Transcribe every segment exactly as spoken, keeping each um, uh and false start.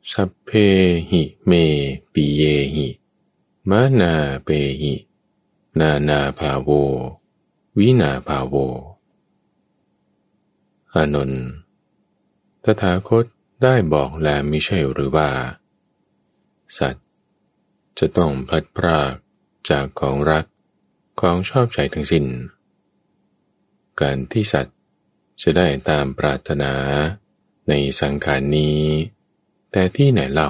สัพเพหิเมปิเยหิมะนาเปหินานาภาโววินาภาโวอานนท์ตถาคตได้บอกแล้วมิใช่หรือว่าสัตว์จะต้องพลัดพรากจากของรักของชอบใจทั้งสิ้นการที่สัตว์จะได้ตามปรารถนาในสังขารนี้แต่ที่ไหนเล่า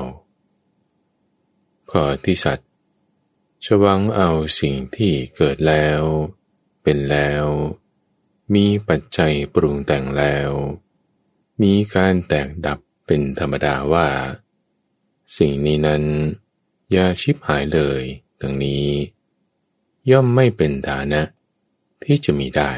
ก็ที่สัตว์จะหวังเอาสิ่งที่เกิดแล้วเป็นแล้วมีปัจจัยปรุงแต่งแล้วมีการแตกดับเป็นธรรมดาว่าสิ่งนี้นั้นอย่าชิบหายเลยดังนี้ย่อมไม่เป็นฐานะที่จะมีได้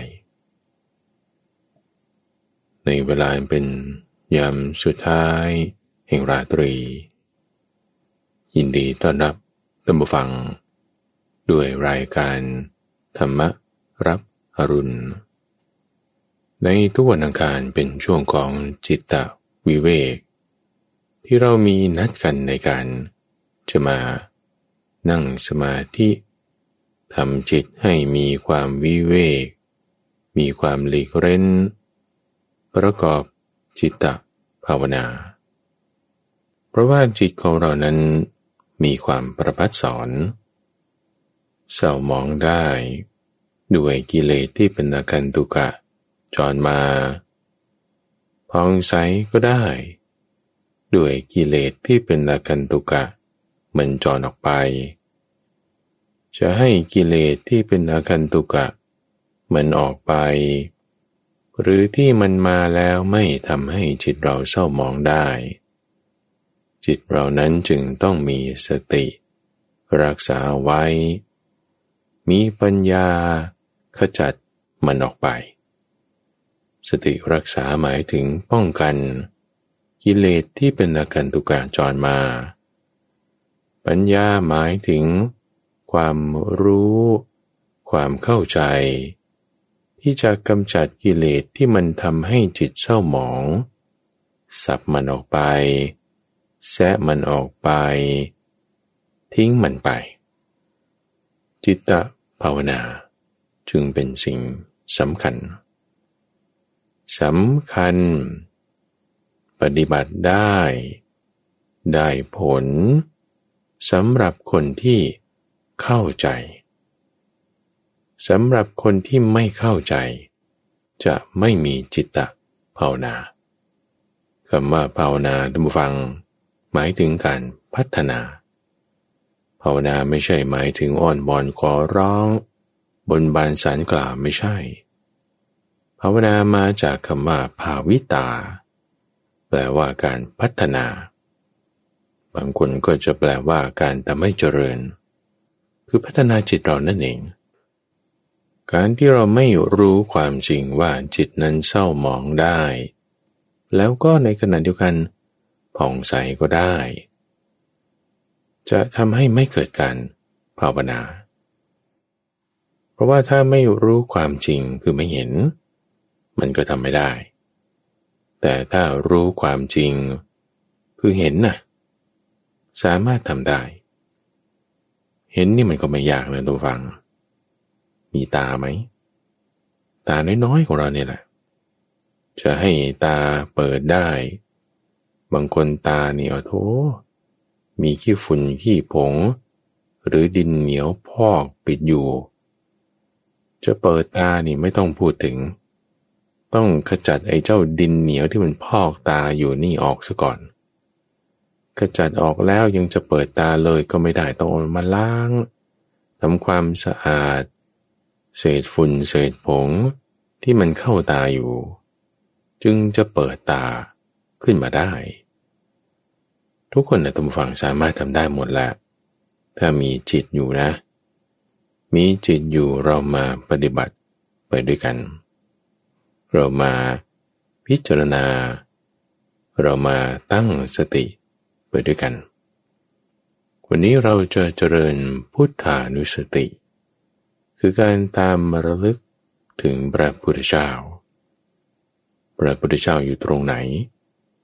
ในเวลาเป็นยามสุดท้ายแห่งราตรียินดีต้อนรับท่านผู้ฟังด้วยรายการธรรมรับอรุณในทุกวันอังคารเป็นช่วงของจิตตวิเวกที่เรามีนัดกันในการจะมานั่งสมาธิทำจิตให้มีความวิเวกมีความหลีกเร้นประกอบจิตตภาวนาเพราะว่าจิตของเรานั้นมีความประพัดสอนเศร้าหมองได้ด้วยกิเลสที่เป็นอาการตุกะจรมาพองใสก็ได้ด้วยกิเลสที่เป็นอาการตุกะมันจรออกไปจะให้กิเลสที่เป็นอาการตุกะมันออกไปหรือที่มันมาแล้วไม่ทำให้จิตเราเศร้าหมองได้จิตเรานั้นจึงต้องมีสติรักษาไว้มีปัญญาขจัดมันออกไปสติรักษาหมายถึงป้องกันกิเลสที่เป็นอาการตุกะจรมาปัญญาหมายถึงความรู้ความเข้าใจที่จะกำจัดกิเลสที่มันทำให้จิตเศร้าหมองสับมันออกไปแซะมันออกไปทิ้งมันไปจิตตภาวนาจึงเป็นสิ่งสำคัญสำคัญปฏิบัติได้ได้ผลสำหรับคนที่เข้าใจสำหรับคนที่ไม่เข้าใจจะไม่มีจิตตภาวนาคำว่าภาวนาท่านผู้ฟังหมายถึงการพัฒนาภาวนาไม่ใช่หมายถึงอ้อนวอนขอร้องบนบานสารกล่าวไม่ใช่ภาวนามาจากคำว่าภาวิตาแปลว่าการพัฒนาบางคนก็จะแปลว่าการทำให้เจริญคือพัฒนาจิตเรานั่นเองการที่เราไม่รู้ความจริงว่าจิตนั้นเศร้าหมองได้แล้วก็ในขณะเดียวกันผ่องใสก็ได้จะทำให้ไม่เกิดการภาวนาเพราะว่าถ้าไม่รู้ความจริงคือไม่เห็นมันก็ทำไม่ได้แต่ถ้ารู้ความจริงคือเห็นน่ะสามารถทำได้เห็นนี่มันก็ไม่ยากนะทุกฟังมีตาไหมตาน้อยๆของเราเนี่ยแหละจะให้ตาเปิดได้บางคนตาเนี่ยโอ้โธมีขี้ฝุ่นขี้ผงหรือดินเหนียวพอกปิดอยู่จะเปิดตานี่ไม่ต้องพูดถึงต้องขจัดไอ้เจ้าดินเหนียวที่มันพอกตาอยู่นี่ออกซะก่อนขจัดออกแล้วยังจะเปิดตาเลยก็ไม่ได้ต้องเอามาล้างทำความสะอาดเศษฝุ่นเศษผงที่มันเข้าตาอยู่จึงจะเปิดตาขึ้นมาได้ทุกคนนะท่านผู้ฟังสามารถทำได้หมดแหละถ้ามีจิตอยู่นะมีจิตอยู่เรามาปฏิบัติไปด้วยกันเรามาพิจารณาเรามาตั้งสติไปด้วยกันวันนี้เราจะเจริญพุทธานุสติคือการตามระลึกถึงพระพุทธเจ้าพระพุทธเจ้าอยู่ตรงไหน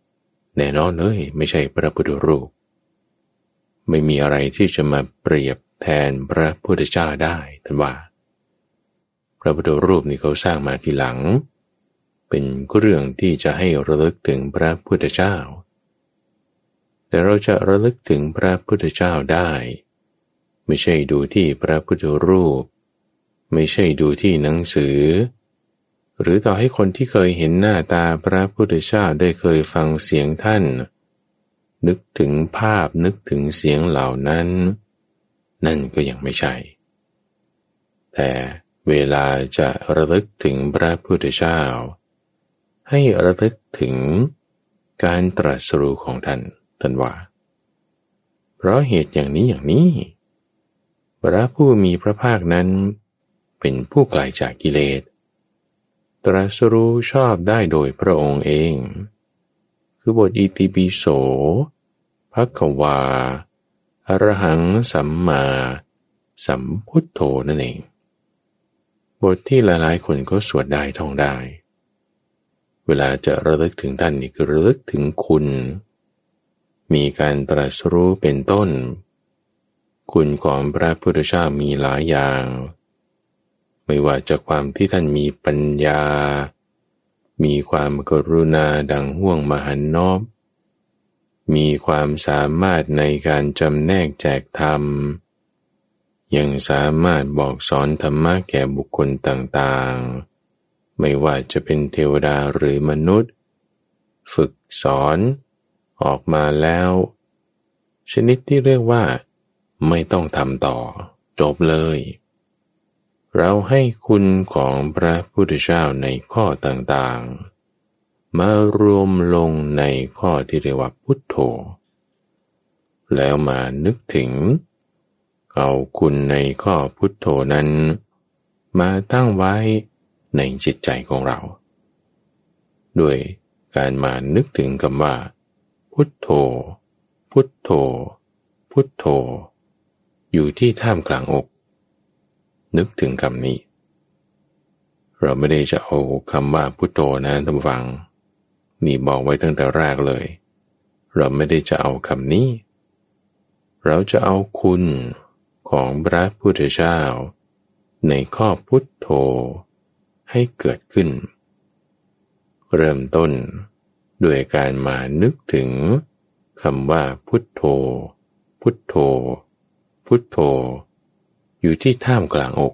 แน่นอนเลยไม่ใช่พระพุทธรูปไม่มีอะไรที่จะมาเปรียบแทนพระพุทธเจ้าได้ท่านว่าพระพุทธรูปนี่เขาสร้างมาทีหลังเป็นเรื่องที่จะให้ระลึกถึงพระพุทธเจ้าแต่เราจะระลึกถึงพระพุทธเจ้าได้ไม่ใช่ดูที่พระพุทธรูปไม่ใช่ดูที่หนังสือหรือต่อให้คนที่เคยเห็นหน้าตาพระพุทธเจ้าได้เคยฟังเสียงท่านนึกถึงภาพนึกถึงเสียงเหล่านั้นนั่นก็ยังไม่ใช่แต่เวลาจะระลึกถึงพระพุทธเจ้าให้ระลึกถึงการตรัสรู้ของท่านท่านว่าเพราะเหตุอย่างนี้อย่างนี้พระผู้มีพระภาคนั้นเป็นผู้ไกลจากกิเลสตรัสรู้ชอบได้โดยพระองค์เองคือบทอิติปิโสภควาอรหังสัมมาสัมพุทโธนั่นเองบทที่หลายๆคนก็สวดได้ท่องได้เวลาจะระลึกถึงท่านนี่คือระลึกถึงคุณมีการตรัสรู้เป็นต้นคุณของพระพุทธเจ้ามีหลายอย่างไม่ว่าจากความที่ท่านมีปัญญามีความกรุณาดังห้วงมหันนบมีความสามารถในการจำแนกแจกธรรมยังสามารถบอกสอนธรรมะแก่บุคคลต่างๆไม่ว่าจะเป็นเทวดาหรือมนุษย์ฝึกสอนออกมาแล้วชนิดที่เรียกว่าไม่ต้องทำต่อจบเลยเราให้คุณของพระพุทธเจ้าในข้อต่างๆมารวมลงในข้อที่เรียกว่าพุทโธแล้วมานึกถึงเอาคุณในข้อพุทโธนั้นมาตั้งไว้ในจิตใจของเราด้วยการมานึกถึงคำว่าพุทโธพุทโธพุทโธอยู่ที่ท่ามกลางอกนึกถึงคำนี้เราไม่ได้จะเอาคำว่าพุทโธนะท่านผู้ฟังนี่บอกไว้ตั้งแต่แรกเลยเราไม่ได้จะเอาคำนี้เราจะเอาคุณของพระพุทธเจ้าในข้อพุทโธให้เกิดขึ้นเริ่มต้นด้วยการมานึกถึงคำว่าพุทโธพุทโธพุทโธอยู่ที่ท่ามกลางอก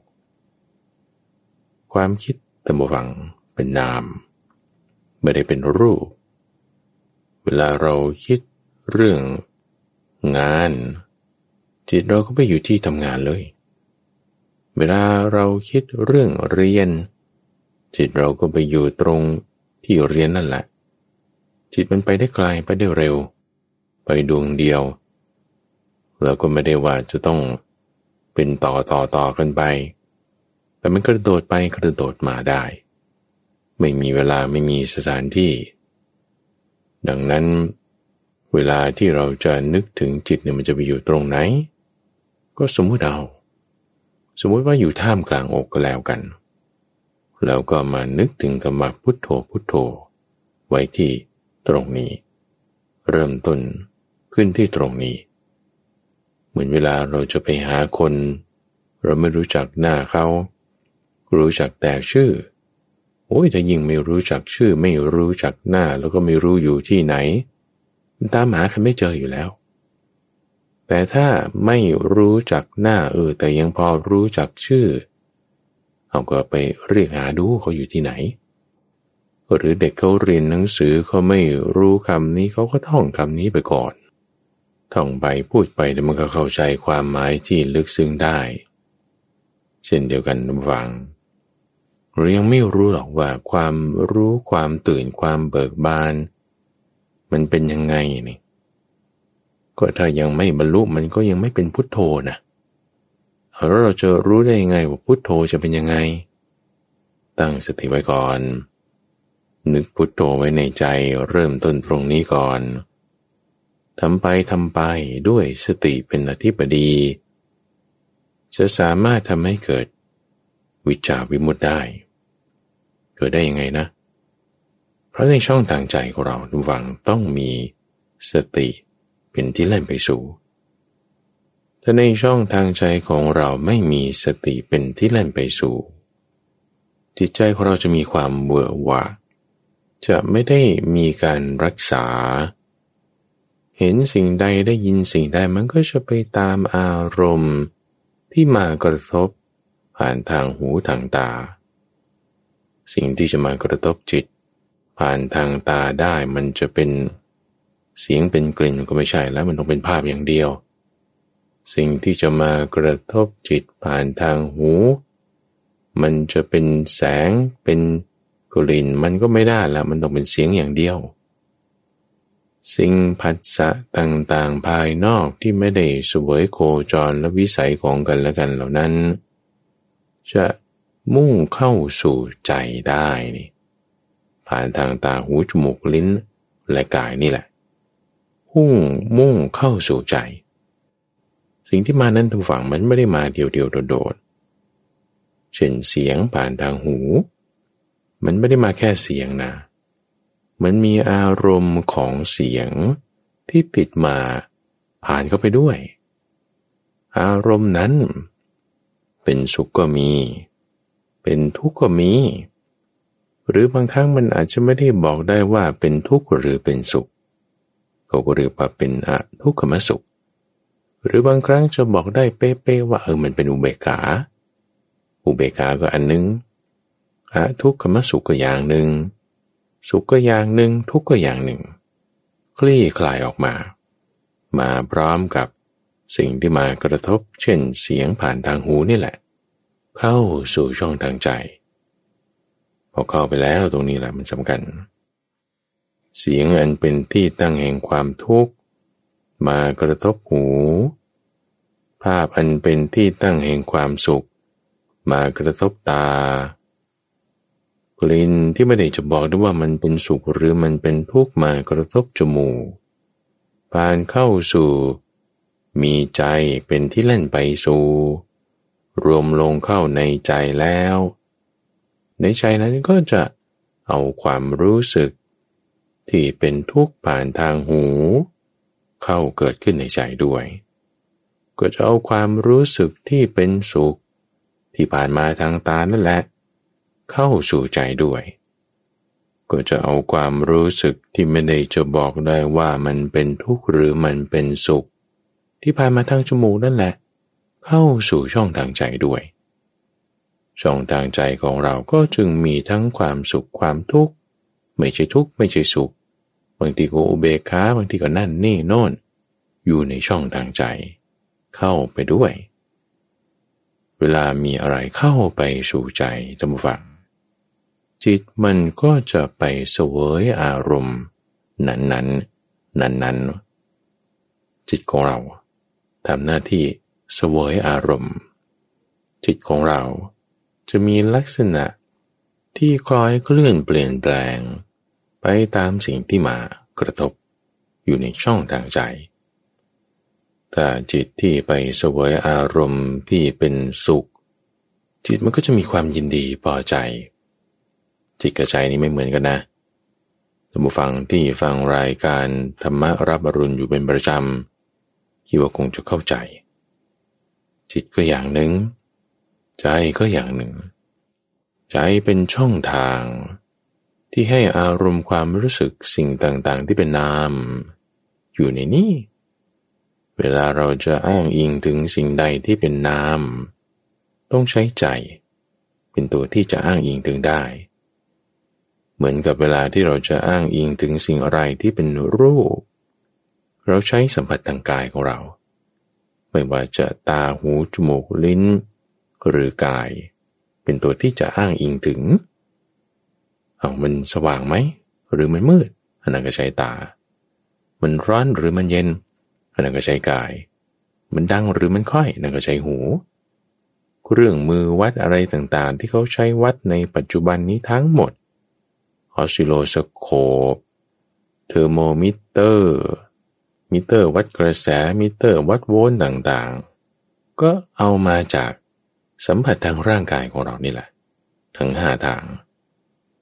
ความคิดท่านผู้ฟังเป็นนามไม่ได้เป็นรูปเวลาเราคิดเรื่องงานจิตเราก็ไปอยู่ที่ทำงานเลยเวลาเราคิดเรื่องเรียนจิตเราก็ไปอยู่ตรงที่เรียนนั่นแหละจิตมันไปได้ไกลไปได้เร็วไปดวงเดียวเราก็ไม่ได้ว่าจะต้องเป็นต่อต่อต่อกันไปแต่มันกระโดดไปกระโดดมาได้ไม่มีเวลาไม่มีสถานที่ดังนั้นเวลาที่เราจะนึกถึงจิตเนี่ยมันจะไปอยู่ตรงไหนก็สมมุติเอาสมมุติว่าอยู่ท่ามกลางอกก็แล้วกันแล้วก็มานึกถึงคำว่าพุทโธพุทโธไว้ที่ตรงนี้เริ่มต้นขึ้นที่ตรงนี้เหมือนเวลาเราจะไปหาคนเราไม่รู้จักหน้าเขารู้จักแต่ชื่อโอ้ยถ้ายิ่งไม่รู้จักชื่อไม่รู้จักหน้าแล้วก็ไม่รู้อยู่ที่ไหนมันตามหากันไม่เจออยู่แล้วแต่ถ้าไม่รู้จักหน้าเออแต่ยังพอรู้จักชื่อเอาก็ไปเรียกหาดูเขาอยู่ที่ไหนหรือเด็กเขาเรียนหนังสือเขาไม่รู้คำนี้เขาก็ท่องคำนี้ไปก่อนท่องไปพูดไปแล้วมันก็เข้าใจความหมายที่ลึกซึ้งได้เช่นเดียวกันฟังเรายังไม่รู้หรอกว่าความรู้ความตื่นความเบิกบานมันเป็นยังไงนี่ก็ถ้ายังไม่บรรลุมันก็ยังไม่เป็นพุทโธนะแล้วเราจะรู้ได้ยังไงว่าพุทโธจะเป็นยังไงตั้งสติไว้ก่อนนึกพุทโธไว้ในใจเริ่มต้นตรงนี้ก่อนทำไปทำไปด้วยสติเป็นอธิปดีจะสามารถทำให้เกิดวิชาวิมุตติได้เกิดได้ยังไงนะเพราะในช่องทางใจของเราทุกฝังต้องมีสติเป็นที่เล่นไปสู่ถ้าในช่องทางใจของเราไม่มีสติเป็นที่เล่นไปสู่จิตใจของเราจะมีความเบื่อหว่ายจะไม่ได้มีการรักษาเห็นสิ่งใดได้ยินสิ่งใดมันก็จะไปตามอารมณ์ที่มากระทบผ่านทางหูทางตาสิ่งที่จะมากระทบจิตผ่านทางตาได้มันจะเป็นเสียงเป็นกลิ่นก็ไม่ใช่แล้วมันต้องเป็นภาพอย่างเดียวสิ่งที่จะมากระทบจิตผ่านทางหูมันจะเป็นแสงเป็นกลิ่นมันก็ไม่ได้แล้วมันต้องเป็นเสียงอย่างเดียวสิ่งผัสสะต่างๆภายนอกที่ไม่ได้เสวยโคจรและวิสัยของกันและกันเหล่านั้นจะมุ่งเข้าสู่ใจได้นี่ผ่านทางตาหูจมูกลิ้นและกายนี่แหละพุ่งมุ่งเข้าสู่ใจสิ่งที่มานั้นทุกฝั่งมันไม่ได้มาเดียวๆโดดๆเช่นเสียงผ่านทางหูมันไม่ได้มาแค่เสียงนะมันมีอารมณ์ของเสียงที่ติดมาผ่านเข้าไปด้วยอารมณ์นั้นเป็นสุขก็มีเป็นทุกข์ก็มีหรือบางครั้งมันอาจจะไม่ได้บอกได้ว่าเป็นทุกข์หรือเป็นสุขเขาก็เรียกว่าเป็นอทุกขมสุขหรือบางครั้งจะบอกได้เป๊ะๆว่าเออมันเป็นอุเบกขาอุเบกขาก็อันนึงอทุกขมสุขก็อย่างหนึ่งสุขก็อย่างหนึ่งทุกข์ก็อย่างหนึ่งคลี่คลายออกมามาพร้อมกับสิ่งที่มากระทบเช่นเสียงผ่านทางหูนี่แหละเข้าสู่ช่องทางใจพอเข้าไปแล้วตรงนี้แหละมันสำคัญเสียงอันเป็นที่ตั้งแห่งความทุกข์มากระทบหูภาพอันเป็นที่ตั้งแห่งความสุขมากระทบตากลิ่นที่ไม่ได้จะบอกได้ว่ามันเป็นสุขหรือมันเป็นทุกข์มากระทบจมูกผ่านเข้าสู่มีใจเป็นที่เล่นไปสู่รวมลงเข้าในใจแล้วในใจนั้นก็จะเอาความรู้สึกที่เป็นทุกข์ผ่านทางหูเข้าเกิดขึ้นในใจด้วยก็จะเอาความรู้สึกที่เป็นสุขที่ผ่านมาทางตานั่นแหละเข้าสู่ใจด้วยก็จะเอาความรู้สึกที่ไม่ได้จะบอกได้ว่ามันเป็นทุกข์หรือมันเป็นสุขที่ผ่านมาทางจมูกนั่นแหละเข้าสู่ช่องทางใจด้วยช่องทางใจของเราก็จึงมีทั้งความสุขความทุกข์ไม่ใช่ทุกข์ไม่ใช่สุขบางทีก็อุเบกขาบางทีก็นั่นนี่โน่นอยู่ในช่องทางใจเข้าไปด้วยเวลามีอะไรเข้าไปสู่ใจท่านผู้ฟังจิตมันก็จะไปเสวยอารมณ์นั้นๆนั้นๆจิตของเราทำหน้าที่เสวยอารมณ์จิตของเราจะมีลักษณะที่คล้อยเคลื่อนเปลี่ยนแปลงไปตามสิ่งที่มากระทบอยู่ในช่องทางใจถ้าจิตที่ไปเสวยอารมณ์ที่เป็นสุขจิตมันก็จะมีความยินดีพอใจจิตกับใจนี่ไม่เหมือนกันนะท่านผู้ฟังที่ฟังรายการธรรมะรับอรุณอยู่เป็นประจำคิดว่าคงจะเข้าใจจิตก็อย่างหนึ่งใจก็อย่างหนึ่งใจเป็นช่องทางที่ให้อารมณ์ความรู้สึกสิ่งต่างๆที่เป็นนามอยู่ในนี้เวลาเราจะอ้างอิงถึงสิ่งใดที่เป็นนามต้องใช้ใจเป็นตัวที่จะอ้างอิงถึงได้เหมือนกับเวลาที่เราจะอ้างอิงถึงสิ่งอะไรที่เป็นรูปเราใช้สัมผัสทางกายของเราไม่ว่าจะตาหูจมูกลิ้นหรือกายเป็นตัวที่จะอ้างอิงถึงเอามันสว่างไหมหรือมันมืดอันนั้นก็ใช้ตามันร้อนหรือมันเย็นอันนั้นก็ใช้กายมันดังหรือมันค่อยนั่นก็ใช้หูเครื่องมือวัดอะไรต่างๆที่เขาใช้วัดในปัจจุบันนี้ทั้งหมดออสซิโลสโคปเทอร์โมมิเตอร์มิเตอร์วัดกระแสมิเตอร์วัดโวลต์ต่างๆก็เอามาจากสัมผัสทางร่างกายของเรานี่แหละทั้งห้าทาง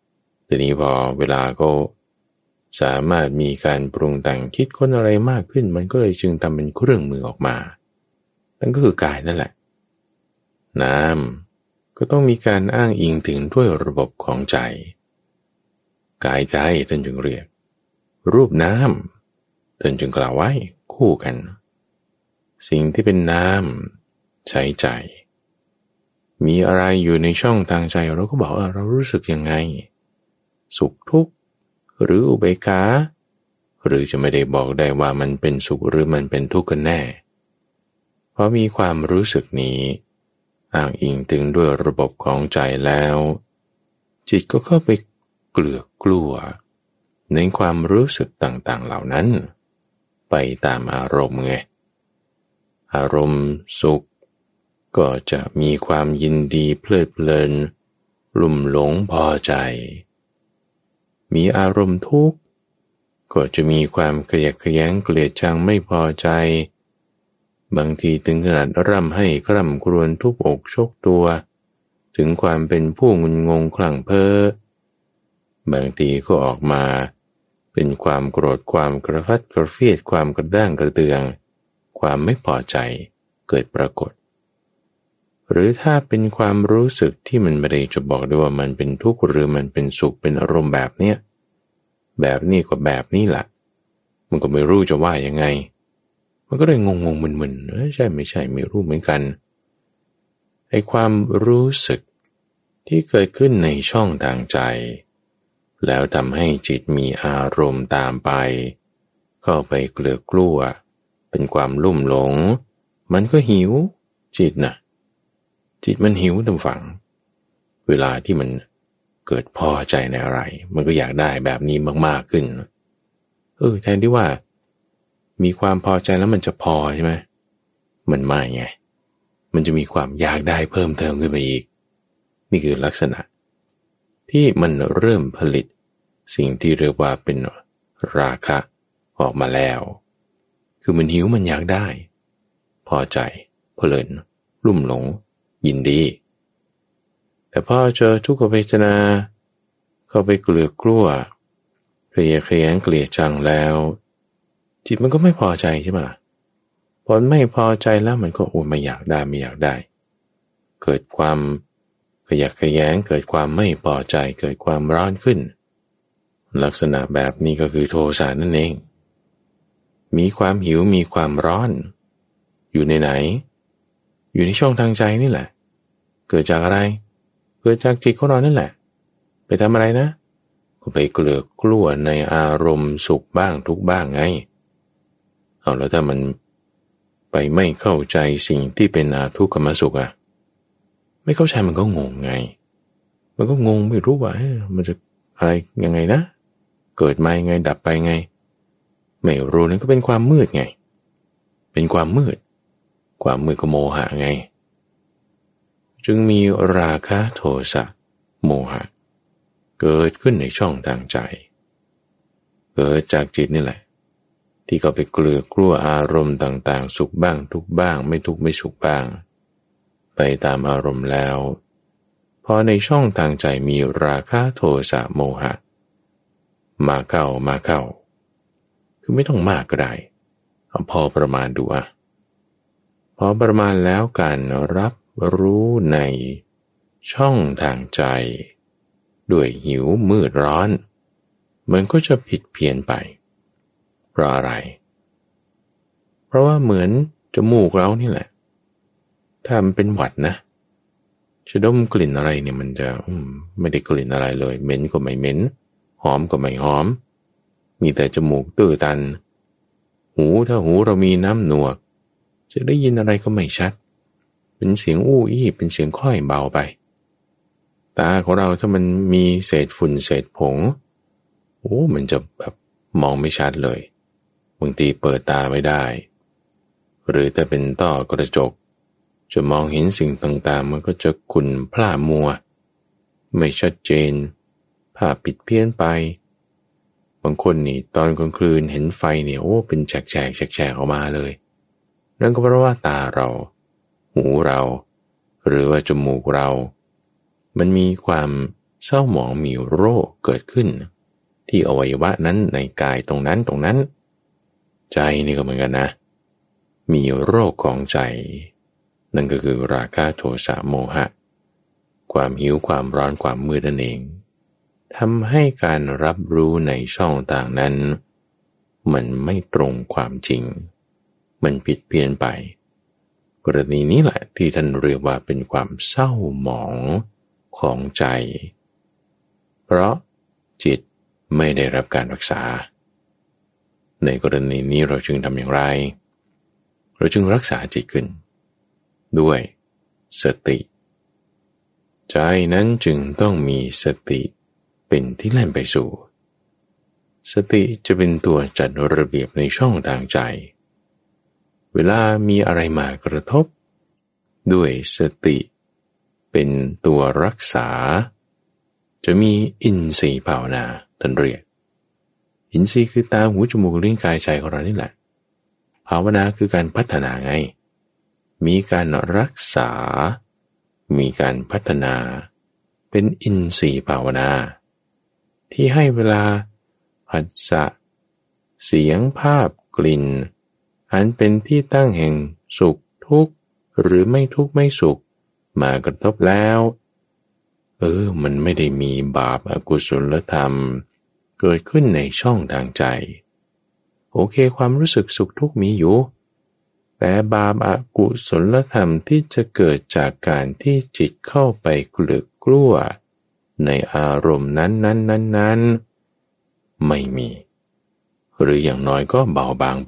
ทีนี้พอเวลาก็สามารถมีการปรุงแต่งคิดค้นอะไรมากขึ้นมันก็เลยจึงทำเป็นเครื่องมือออกมานั่นก็คือกายนั่นแหละน้ำก็ต้องมีการอ้างอิงถึงด้วยระบบของใจกายใจท่านจึงเรียกรูปน้ำท่านจึงกล่าวไว้คู่กันสิ่งที่เป็นน้ำใช้ใจมีอะไรอยู่ในช่องทางใจเราก็บอกว่าเรารู้สึกยังไงสุขทุกข์หรืออุเบกขาหรือจะไม่ได้บอกได้ว่ามันเป็นสุขหรือมันเป็นทุกข์กันแน่เพราะมีความรู้สึกนี้อ้างอิงถึงด้วยระบบของใจแล้วจิตก็เข้าไปเกลือกกลัวในความรู้สึกต่างๆเหล่านั้นไปตามอารมณ์ไงอารมณ์สุขก็จะมีความยินดีเพลิดเพลินลุ่มหลงพอใจมีอารมณ์ทุกข์ก็จะมีความขยักขยงเกลียดชังไม่พอใจบางทีถึงขนาดร่ำให้คร่ำครวญทุบอกชกตัวถึงความเป็นผู้งุนงงคลั่งเพ้อบางทีก็ออกมาเป็นความโกรธความกระฟัดกระเฟียดความกระด้างกระเตืองความไม่พอใจเกิดปรากฏหรือถ้าเป็นความรู้สึกที่มันไม่ได้จะบอกได้ว่ามันเป็นทุกข์หรือมันเป็นสุขเป็นอารมณ์แบบเนี้ยแบบนี้ก็แบบนี้แหละมันก็ไม่รู้จะว่ายังไงมันก็เลยงงงมึนๆเออใช่ไม่ใช่ไม่รู้เหมือนกันไอ้ความรู้สึกที่เกิดขึ้นในช่องทางใจแล้วทำให้จิตมีอารมณ์ตามไปเข้าไปเกลือกกลัวเป็นความลุ่มหลงมันก็หิวจิตนะจิตมันหิวดำฝังเวลาที่มันเกิดพอใจในอะไรมันก็อยากได้แบบนี้มากๆขึ้นเออแทนที่ว่ามีความพอใจแล้วมันจะพอใช่ไหมมันไม่ไงมันจะมีความอยากได้เพิ่มเติมขึ้นไปอีกนี่คือลักษณะที่มันเริ่มผลิตสิ่งที่เรียกว่าเป็นราคะออกมาแล้วคือมันหิวมันอยากได้พอใจเพลินลุ่มหลงยินดีแต่พอเจอทุกขเวทนาเข้าไปเกลือกกลัวขยะแขยงเกลียดชังแล้วจิตมันก็ไม่พอใจใช่ไหมล่ะพอไม่พอใจแล้วมันก็โอ้ไม่อยากได้ไม่อยากได้เกิดความขยะแขยงเกิดความไม่พอใจเกิดความร้อนขึ้นลักษณะแบบนี้ก็คือโทสะนั่นเองมีความหิวมีความร้อนอยู่ในไหนอยู่ในช่องทางใจนี่แหละเกิดจากอะไรเกิดจากจิตของเรานั่นแหละไปทำอะไรนะก็ไปเกลือกกลัวในอารมณ์สุขบ้างทุกบ้างไงเอาแล้วถ้ามันไปไม่เข้าใจสิ่งที่เป็นอาทุกขมสุขอ่ะไม่เข้าใจมันก็งงไงมันก็งงไม่รู้ว่ามันจะอะไรยังไงนะเกิดมายังไงดับไปไงไม่รู้นั่นก็เป็นความมืดไงเป็นความมืดความมืดก็โมหะไงจึงมีราคะโทสะโมหะเกิดขึ้นในช่องทางใจเกิดจากจิตนี่แหละที่เขาไปเกลือกกลัวอารมณ์ต่างๆสุขบ้างทุกบ้างไม่ทุกไม่สุขบ้างไปตามอารมณ์แล้วพอในช่องทางใจมีราคะโทสะโมหะมาเข้ามาเข้าคือไม่ต้องมากก็ได้เอาพอประมาณดูอ่ะพอประมาณแล้วการรับรู้ในช่องทางใจด้วยหิวมืดร้อนมันก็จะผิดเพี้ยนไปเพราะอะไรเพราะว่าเหมือนจมูกเรานี่แหละถ้ามันเป็นหวัดนะจะดมกลิ่นอะไรเนี่ยมันจะไม่ได้กลิ่นอะไรเลยเหม็นก็ไม่เหม็นหอมก็ไม่หอมมีแต่จมูกตื้อตันหูถ้าหูเรามีน้ำหนวกจะได้ยินอะไรก็ไม่ชัดเป็นเสียงอู้อี้เป็นเสียงค่อยเบาไปตาของเราถ้ามันมีเศษฝุ่นเศษผงโอ้มันจะแบบมองไม่ชัดเลยบางทีเปิดตาไม่ได้หรือถ้าเป็นต้อกระจกจะมองเห็นสิ่งต่างๆมันก็จะขุ่นพร่ามัวไม่ชัดเจนภาพผิดเพี้ยนไปบางคนนี่ตอนกลางคืนเห็นไฟเนี่ยโอ้เป็นแฉกแฉกแฉกแฉกออกมาเลยนั่นก็เพราะว่าตาเราหูเราหรือว่าจมูกเรามันมีความเศร้าหมองมีโรคเกิดขึ้นที่อวัยวะนั้นในกายตรงนั้นตรงนั้นใจนี่ก็เหมือนกันนะมีโรคของใจนั่นก็คือราคะโทสะโมหะความหิวความร้อนความมืดนั่นเองทำให้การรับรู้ในช่องต่างนั้นมันไม่ตรงความจริงมันผิดเพี้ยนไปกรณีนี้แหละที่ท่านเรียกว่าเป็นความเศร้าหมองของใจเพราะจิตไม่ได้รับการรักษาในกรณีนี้เราจึงทำอย่างไรเราจึงรักษาจิตขึ้นด้วยสติใจนั้นจึงต้องมีสติเป็นที่แล่นไปสู่สติจะเป็นตัวจัดระเบียบในช่องทางใจเวลามีอะไรมากระทบด้วยสติเป็นตัวรักษาจะมีอินทรีย์ภาวนาท่านเรียกอินทรีย์คือตาหูจมูกลิ้นกายใจของเรานี่แหละภาวนาคือการพัฒนาไงมีการรักษามีการพัฒนาเป็นอินทรีย์ภาวนาที่ให้เวลาผัสสะเสียงภาพกลิ่นอันเป็นที่ตั้งแห่งสุขทุกข์หรือไม่ทุกข์ไม่สุขมากระทบแล้วเออมันไม่ได้มีบาปอกุศลธรรมเกิดขึ้นในช่องทางใจโอเคความรู้สึกสุขทุกข์มีอยู่แต่บาปอกุศลธรรมที่จะเกิดจากการที่จิตเข้าไปกลึกกลัวในอารมณ์นั้นนั้นนั้นนั้นไม่มีหรืออย่างน้อยก็เบาบางไป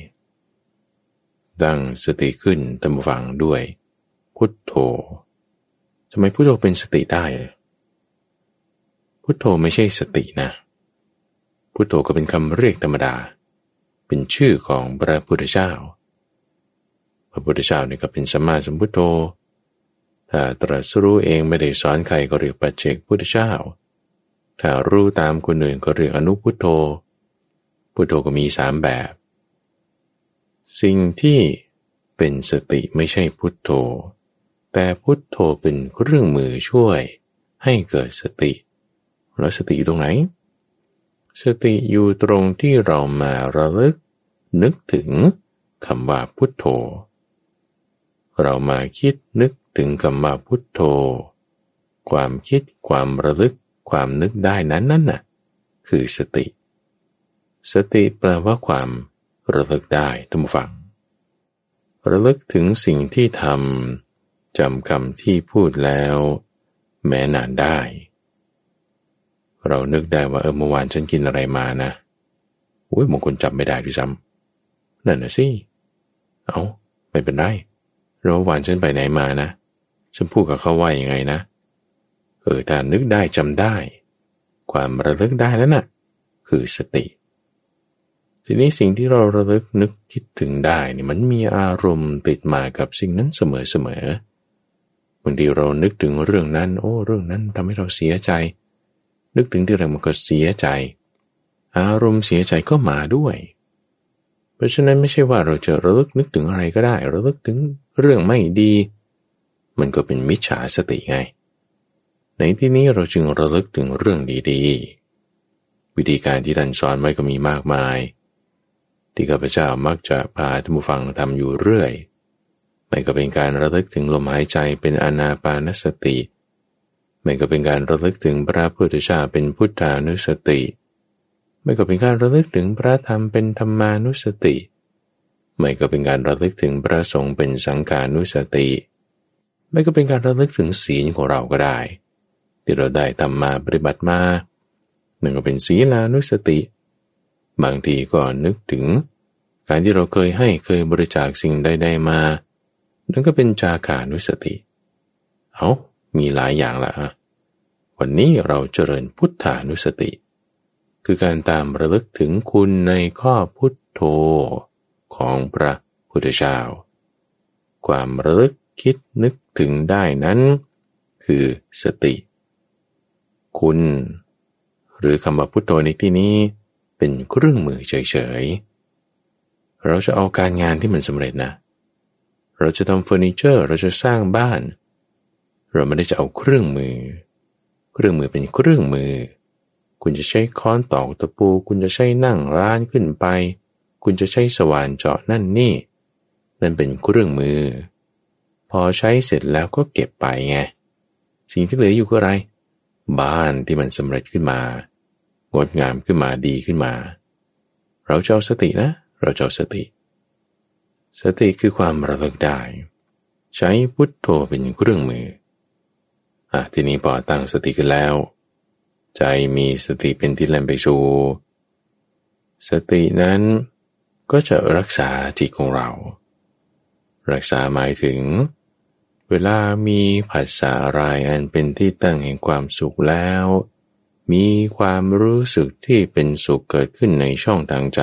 ตั้งสติขึ้นตามฟังด้วยพุทโธทำไมพุทโธเป็นสติได้พุทโธไม่ใช่สตินะพุทโธก็เป็นคำเรียกธรรมดาเป็นชื่อของพระพุทธเจ้าพระพุทธเจ้านี่ก็เป็นสัมมาสัมพุทโธถ้าตรัสรู้เองไม่ได้สอนใครก็เรียกปัจเจกพุทธเจ้าถ้ารู้ตามคนอื่นก็เรียกอนุพุทโธพุทโธก็มีสามแบบสิ่งที่เป็นสติไม่ใช่พุทโธแต่พุทโธเป็นเครื่องมือช่วยให้เกิดสติแล้วสติอยู่ตรงไหนสติอยู่ตรงที่เรามาระลึกนึกถึงคำว่าพุทโธเรามาคิดนึกถึงคำว่าพุทโธความคิดความระลึกความนึกได้นั้นนั่นน่ะคือสติสติแปลว่าความระลึกได้ท่านผู้ฟังระลึกถึงสิ่งที่ทำจำคำที่พูดแล้วแม้นานได้เรานึกได้ว่าเออเมื่อวานฉันกินอะไรมานะโอ้ยบางคนจำไม่ได้ด้วยซ้ำนั่นน่ะสิเอาไม่เป็นไรเราวานฉันไปไหนมานะฉันพูดกับเขาว่ายังไงนะเออถ้านึกได้จำได้ความระลึกได้แล้วน่ะคือสติทีนี้สิ่งที่เราระลึกนึกคิดถึงได้นี่มันมีอารมณ์ติดมากับสิ่งนั้นเสมอๆบางทีเรานึกถึงเรื่องนั้นโอ้เรื่องนั้นทำให้เราเสียใจนึกถึงที่อะไรมันก็เสียใจอารมณ์เสียใจก็มาด้วยเพราะฉะนั้นไม่ใช่ว่าเราจะระลึกนึกถึงอะไรก็ได้ระลึกถึงเรื่องไม่ดีมันก็เป็นมิจฉาสติไงในที่นี้เราจึงระลึกถึงเรื่องดีๆวิธีการที่ท่านสอนไว้ก็มีมากมายที่ข้าพเจ้ามักจะพาท่านผู้ฟังทำอยู่เรื่อยไม่ก็เป็นการระลึกถึงลมหายใจเป็นอานาปานสติไม่ก็เป็นการระลึกถึงพระพุทธเจ้าเป็นพุทธานุสติไม่ก็เป็นการระลึกถึงพระธรรมเป็นธรรมานุสติไม่ก็เป็นการระลึกถึงพระสงฆ์เป็นสังฆานุสติไม่ก็เป็นการระลึกถึงศีลของเราก็ได้ที่เราได้ทำมาปฏิบัติมานั่นก็เป็นศีลานุสติบางทีก็นึกถึงการที่เราเคยให้เคยบริจาคสิ่งใดๆมานั่นก็เป็นจาคานุสติเอามีหลายอย่างละวันนี้เราเจริญพุทธานุสติคือการตามระลึกถึงคุณในข้อพุทโธของพระพุทธเจ้าความระลึกคิดนึกถึงได้นั้นคือสติคุณหรือคำว่าพุทโธในที่นี้เป็นเครื่องมือเฉยๆเราจะเอาการงานที่มันสำเร็จนะเราจะทำเฟอร์นิเจอร์เราจะสร้างบ้านเราไม่ได้จะเอาเครื่องมือเครื่องมือเป็นเครื่องมือคุณจะใช้ค้อนตอกตะปูคุณจะใช้นั่งร้านขึ้นไปคุณจะใช้สว่านเจาะนั่นนี่นั่นเป็นเครื่องมือพอใช้เสร็จแล้วก็เก็บไปไงสิ่งที่เหลืออยู่ก็อะไรบ้านที่มันสำเร็จขึ้นมางดงามขึ้นมาดีขึ้นมาเราจะเอาสตินะเราจะเอาสติสติคือความระลึกได้ใช้พุทโธเป็นเครื่องมืออ่ะทีนี้พอตั้งสติกันแล้วใจมีสติเป็นที่แล่นไปสู่สตินั้นก็จะรักษาจิตของเรารักษาหมายถึงเวลามีผัสสะอะไรอันเป็นที่ตั้งแห่งความสุขแล้วมีความรู้สึกที่เป็นสุขเกิดขึ้นในช่องทางใจ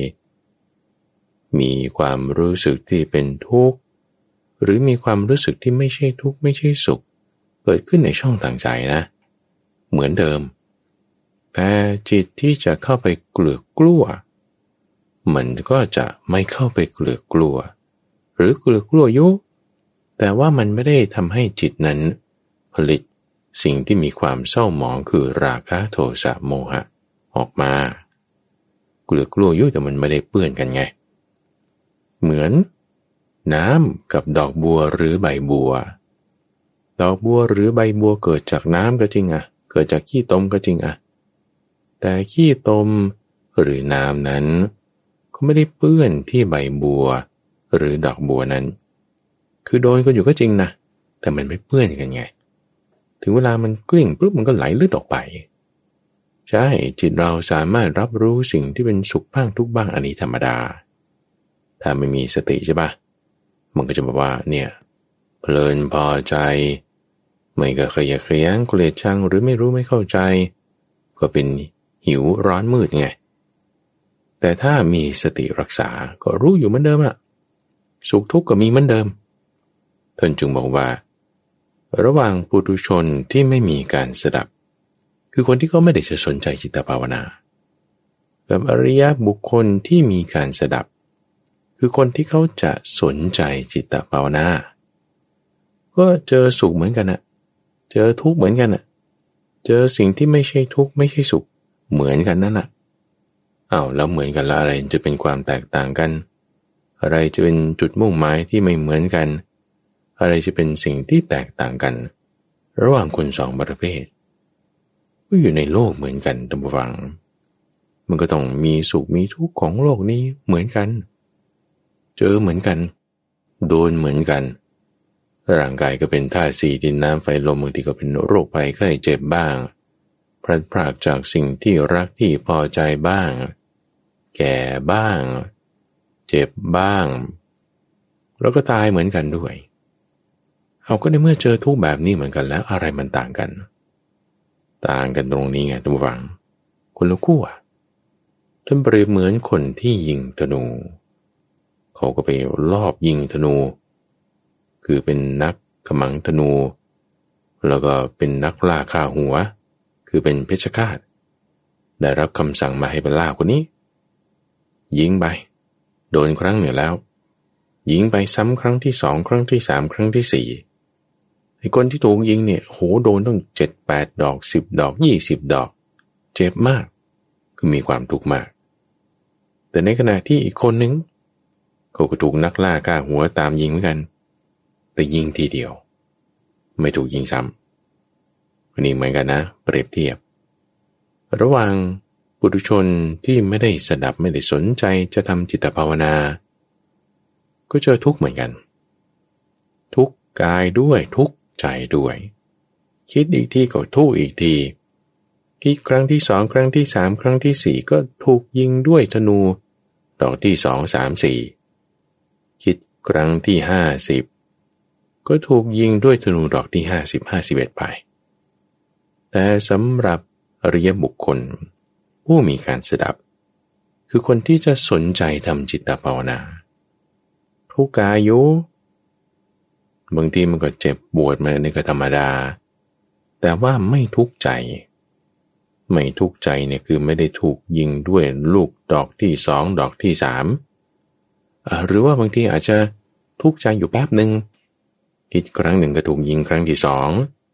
มีความรู้สึกที่เป็นทุกข์หรือมีความรู้สึกที่ไม่ใช่ทุกข์ไม่ใช่สุขเกิดขึ้นในช่องทางใจนะเหมือนเดิมแต่จิตที่จะเข้าไปเกลือกกลัวมันก็จะไม่เข้าไปเกลือกกลัวหรือเกลือกกลัวยุแต่ว่ามันไม่ได้ทำให้จิตนั้นผลิตสิ่งที่มีความเศร้าหมองคือราคะโทสะโมหะออกมาเกลือกกลัวยุแต่มันไม่ได้เปื้อนกันไงเหมือนน้ำกับดอกบัวหรือใบบัวดอกบัวหรือใบบัวเกิดจากน้ำก็จริงอ่ะเกิดจากขี้ตมก็จริงอ่ะแต่ขี้ตมหรือน้ำนั้นก็ไม่ได้เปื้อนที่ใบบัวหรือดอกบัวนั้นคือโดนก็อยู่ก็จริงนะแต่มันไม่เปื้อนกันไงถึงเวลามันกลิ้งปุ๊บมันก็ไหลลื่นออกไปใช่จิตเราสามารถรับรู้สิ่งที่เป็นสุขบ้างทุกข์บ้างอันนี้ธรรมดาถ้าไม่มีสติใช่ปะมันก็จะบอกว่าเนี่ยเพลินพอใจไม่ก็ขยะแขยงเกลียดชังหรือไม่รู้ไม่เข้าใจก็เป็นหิวร้อนมืดไงแต่ถ้ามีสติรักษาก็รู้อยู่เหมือนเดิมอะสุขทุกข์ก็มีเหมือนเดิมท่านจึงบอกว่าระหว่างปุถุชนที่ไม่มีการสดับคือคนที่เขาไม่ได้จะสนใจจิตภาวนากับอริยบุคคลที่มีการสดับคือคนที่เขาจะสนใจจิตภาวนาก็เจอสุขเหมือนกันนะเจอทุกข์เหมือนกันนะเจอสิ่งที่ไม่ใช่ทุกข์ไม่ใช่สุขเหมือนกันนั่นแหละอ้าวแล้วเหมือนกันแล้วอะไรจะเป็นความแตกต่างกันอะไรจะเป็นจุดมุ่งหมายที่ไม่เหมือนกันอะไรจะเป็นสิ่งที่แตกต่างกันระหว่างคนสองประเภทก็อยู่ในโลกเหมือนกันท่านผู้ฟังมันก็ต้องมีสุขมีทุกข์ของโลกนี้เหมือนกันเจอเหมือนกันโดนเหมือนกันร่างกายก็เป็นธาตุสี่ดินน้ำไฟลมบางทีก็เป็นโรคภัยไข้เจ็บบ้างพลัดพรากจากสิ่งที่รักที่พอใจบ้างแก่บ้างเจ็บบ้างแล้วก็ตายเหมือนกันด้วยเอาก็ในเมื่อเจอทุกแบบนี้เหมือนกันแล้วอะไรมันต่างกันต่างกันตรงนี้ไงท่านผู้ฟังคนละขั้วท่านเปรียบเหมือนคนที่ยิงธนูเขาก็ไปลอบยิงธนูคือเป็นนักขมังธนูแล้วก็เป็นนักล่าฆ่าหัวคือเป็นเพชฌฆาตได้รับคำสั่งมาให้ไปล่าคนนี้ยิงไปโดนครั้งหนึ่งแล้วยิงไปซ้ำครั้งที่สองครั้งที่สามครั้งที่สี่ไอ้คนที่ถูกยิงเนี่ยโหโดนต้องเจ็ดแปดดอกสิบดอกยี่สิบดอกเจ็บมากคือมีความทุกข์มากแต่ในขณะที่อีกคนนึงเขาก็ถูกนักล่าฆ่าหัวตามยิงเหมือนกันแต่ยิงทีเดียวไม่ถูกยิงซ้ำคนนี้เหมือนกันนะเปรียบเทียบระหว่างปุถุชนที่ไม่ได้สดับไม่ได้สนใจจะทำจิตภาวนาก็เจอทุกข์เหมือนกันทุกข์กายด้วยทุกข์ใจด้วยคิดอีกทีก็ทุกข์อีกทีคิดครั้งที่สองครั้งที่สามครั้งที่สี่ก็ถูกยิงด้วยธนูดอกที่สองสามสี่คิดครั้งที่ห้าสิบก็ถูกยิงด้วยธนูดอกที่ห้าสิบห้าสิบเอ็ดไปแต่สำหรับอริยบุคคลผู้มีการสดับคือคนที่จะสนใจทำจิตภาวนาทุกกายอยู่บางทีมันก็เจ็บปวดมาในก็ธรรมดาแต่ว่าไม่ทุกข์ใจไม่ทุกข์ใจเนี่ยคือไม่ได้ถูกยิงด้วยลูกดอกที่สองดอกที่สามหรือว่าบางทีอาจจะทุกข์ใจอยู่แป๊บหนึ่งอีกครั้งหนึ่งก็ถูกยิงครั้งที่สอง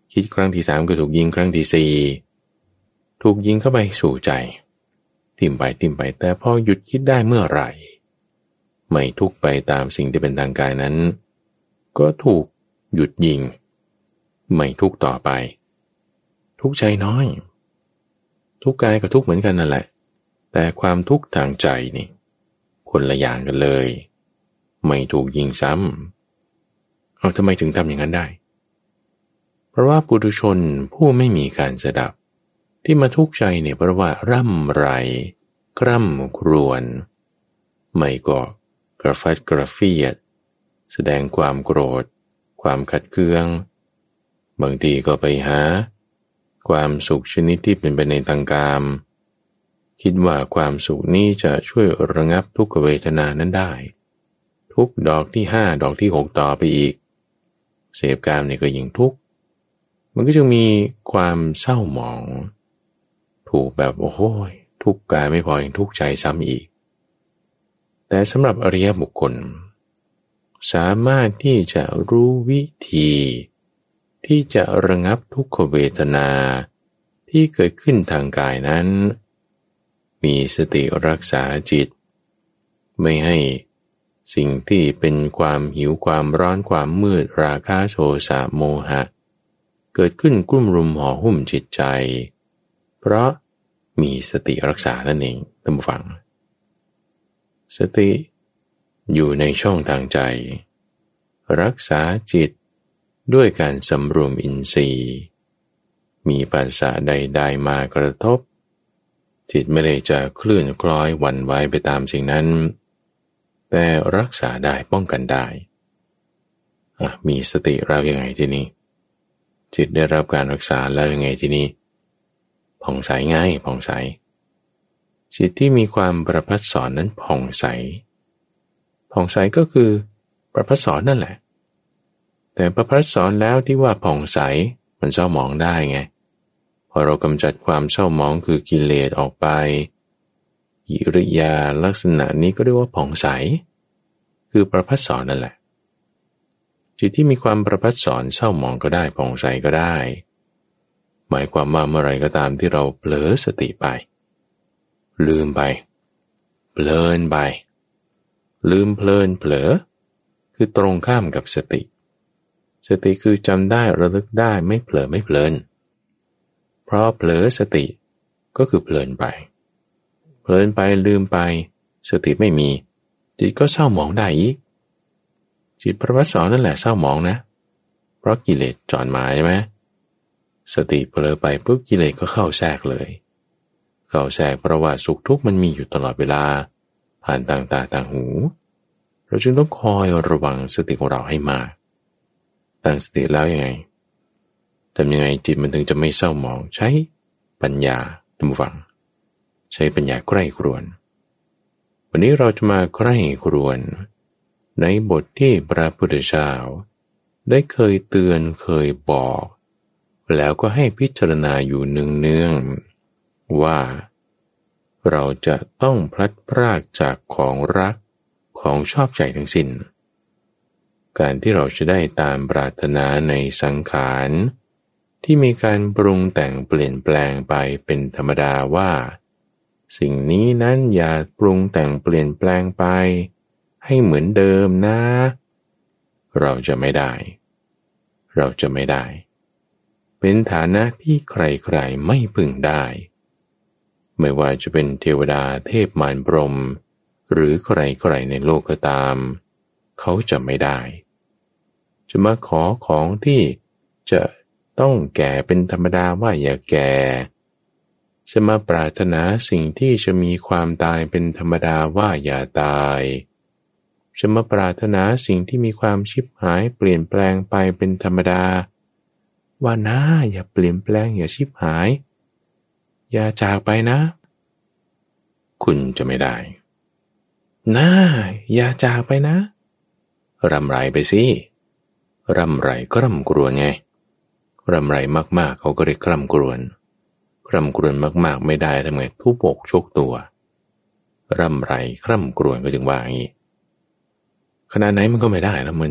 คิดครั้งที่สามก็ถูกยิงครั้งที่สี่ถูกยิงเข้าไปสู่ใจทิ่มไปทิ่มไปแต่พอหยุดคิดได้เมื่อไหร่ไม่ทุกไปตามสิ่งที่เป็นทางกายนั้นก็ถูกหยุดยิงไม่ทุกต่อไปทุกใจน้อยทุกกายกับทุกเหมือนกันนั่นแหละแต่ความทุกข์ทางใจนี่คนละอย่างกันเลยไม่ถูกยิงซ้ำเอาทำไมถึงทำอย่างนั้นได้เพราะว่าปุถุชนผู้ไม่มีการสดับที่มาทุกข์ใจเนี่ยเพราะว่าร่ำไรกร่ำครวญไม่ก็กระฟัดกระเฟียดแสดงความโกรธความขัดเคืองบางทีก็ไปหาความสุขชนิดที่เป็นไปในทางกามคิดว่าความสุขนี้จะช่วยระงับทุกขเวทนานั้นได้ทุกดอกที่ห้าดอกที่หกต่อไปอีกเสพกามเนี่ยก็ยิ่งทุกข์มันก็จึงมีความเศร้าหมองถูกแบบโอ้โหทุกข์กายไม่พอยังทุกข์ใจซ้ำอีกแต่สำหรับอริยบุคคลสามารถที่จะรู้วิธีที่จะระงับทุกขเวทนาที่เกิดขึ้นทางกายนั้นมีสติรักษาจิตไม่ให้สิ่งที่เป็นความหิวความร้อนความมืดราคะโทสะโมหะเกิดขึ้นกลุ่มรุมห่อหุ้มจิตใจเพราะมีสติรักษานั่นเองท่านผู้ฟังสติอยู่ในช่องทางใจรักษาจิตด้วยการสำรวมอินทรีย์มีปัสสะใดๆมากระทบจิตไม่ได้จะเคลื่อนคล้อยหวั่นไหวไปตามสิ่งนั้นแต่รักษาได้ป้องกันได้มีสติแล้วยังไงทีนี้จิตได้รับการรักษาแล้วยังไงทีนี้ผ่องใสง่ายผ่องใสจิตที่มีความประภัสสรนั้นผ่องใสผ่องใสก็คือประภัสสรนั่นแหละแต่ประภัสสรแล้วที่ว่าผ่องใสมันเศร้าหมองได้ไงพอเรากำจัดความเศร้าหมองคือกิเลสออกไปกิริยาลักษณะนี้ก็เรียกว่าผ่องใสคือประภัสสรนั่นแหละจิตที่มีความประภัสสรเศร้าหมองก็ได้ผ่องใสก็ได้หมายความว่าเมื่อไรก็ตามที่เราเผลอสติไปลืมไปเพลินไปลืมเพลินเผลอคือตรงข้ามกับสติสติคือจำได้ระลึกได้ไม่เผลอไม่เพลินเพราะเผลอสติก็คือเพลินไปเพลินไปลืมไปสติไม่มีจิตก็เศร้าหมองได้อีกจิตประภัสสรนั่นแหละเศร้าหมองนะเพราะกิเลสจรมาใช่ไหมสติเผลอไปปุ๊บกิเลสก็เข้าแทรกเลยเข้าแทรกเพราะว่าสุขทุกข์มันมีอยู่ตลอดเวลาผ่านต่างตาต่างหูเราจึงต้องคอยระวังสติของเราให้มากตั้งสติแล้วยังไงทำยังไงจิตมันถึงจะไม่เศร้าหมองใช้ปัญญาท่านผู้ฟังใช้ปัญญาใกล้ครวนวันนี้เราจะมาใกล้ครวนในบทที่พระพุทธเจ้าได้เคยเตือนเคยบอกแล้วก็ให้พิจารณาอยู่เนืองๆว่าเราจะต้องพลัดพรากจากของรักของชอบใจทั้งสิ้นการที่เราจะได้ตามปรารถนาในสังขารที่มีการปรุงแต่งเปลี่ยนแปลงไปเป็นธรรมดาว่าสิ่งนี้นั้นอย่าปรุงแต่งเปลี่ยนแปลงไปให้เหมือนเดิมนะเราจะไม่ได้เราจะไม่ได้เป็นฐานะที่ใครๆไม่พึงได้ไม่ว่าจะเป็นเทวดาเทพมารพรหมหรือใครๆในโลกก็ตามเขาจะไม่ได้จะมาขอของที่จะต้องแก่เป็นธรรมดาว่าอย่าแก่จะมาปรารถนาสิ่งที่จะมีความตายเป็นธรรมดาว่าอย่าตายจะมาปรารถนาสิ่งที่มีความชิบหายเปลี่ยนแปลงไปเป็นธรรมดาว่านะอย่าเปลี่ยนแปลงอย่าชิบหายอย่าจากไปนะคุณจะไม่ได้นะอย่าจากไปนะรำไรไปสิรำไรก็รำกรวนไงรำไรมากๆเขาก็เรียกรำกรวนรำกรวนมากๆไม่ได้ทำไงทุบอกชกตัวรำไรคร่ำกรวนก็จึงว่าอย่างนี้ขนาดไหนมันก็ไม่ได้แล้วมันจะ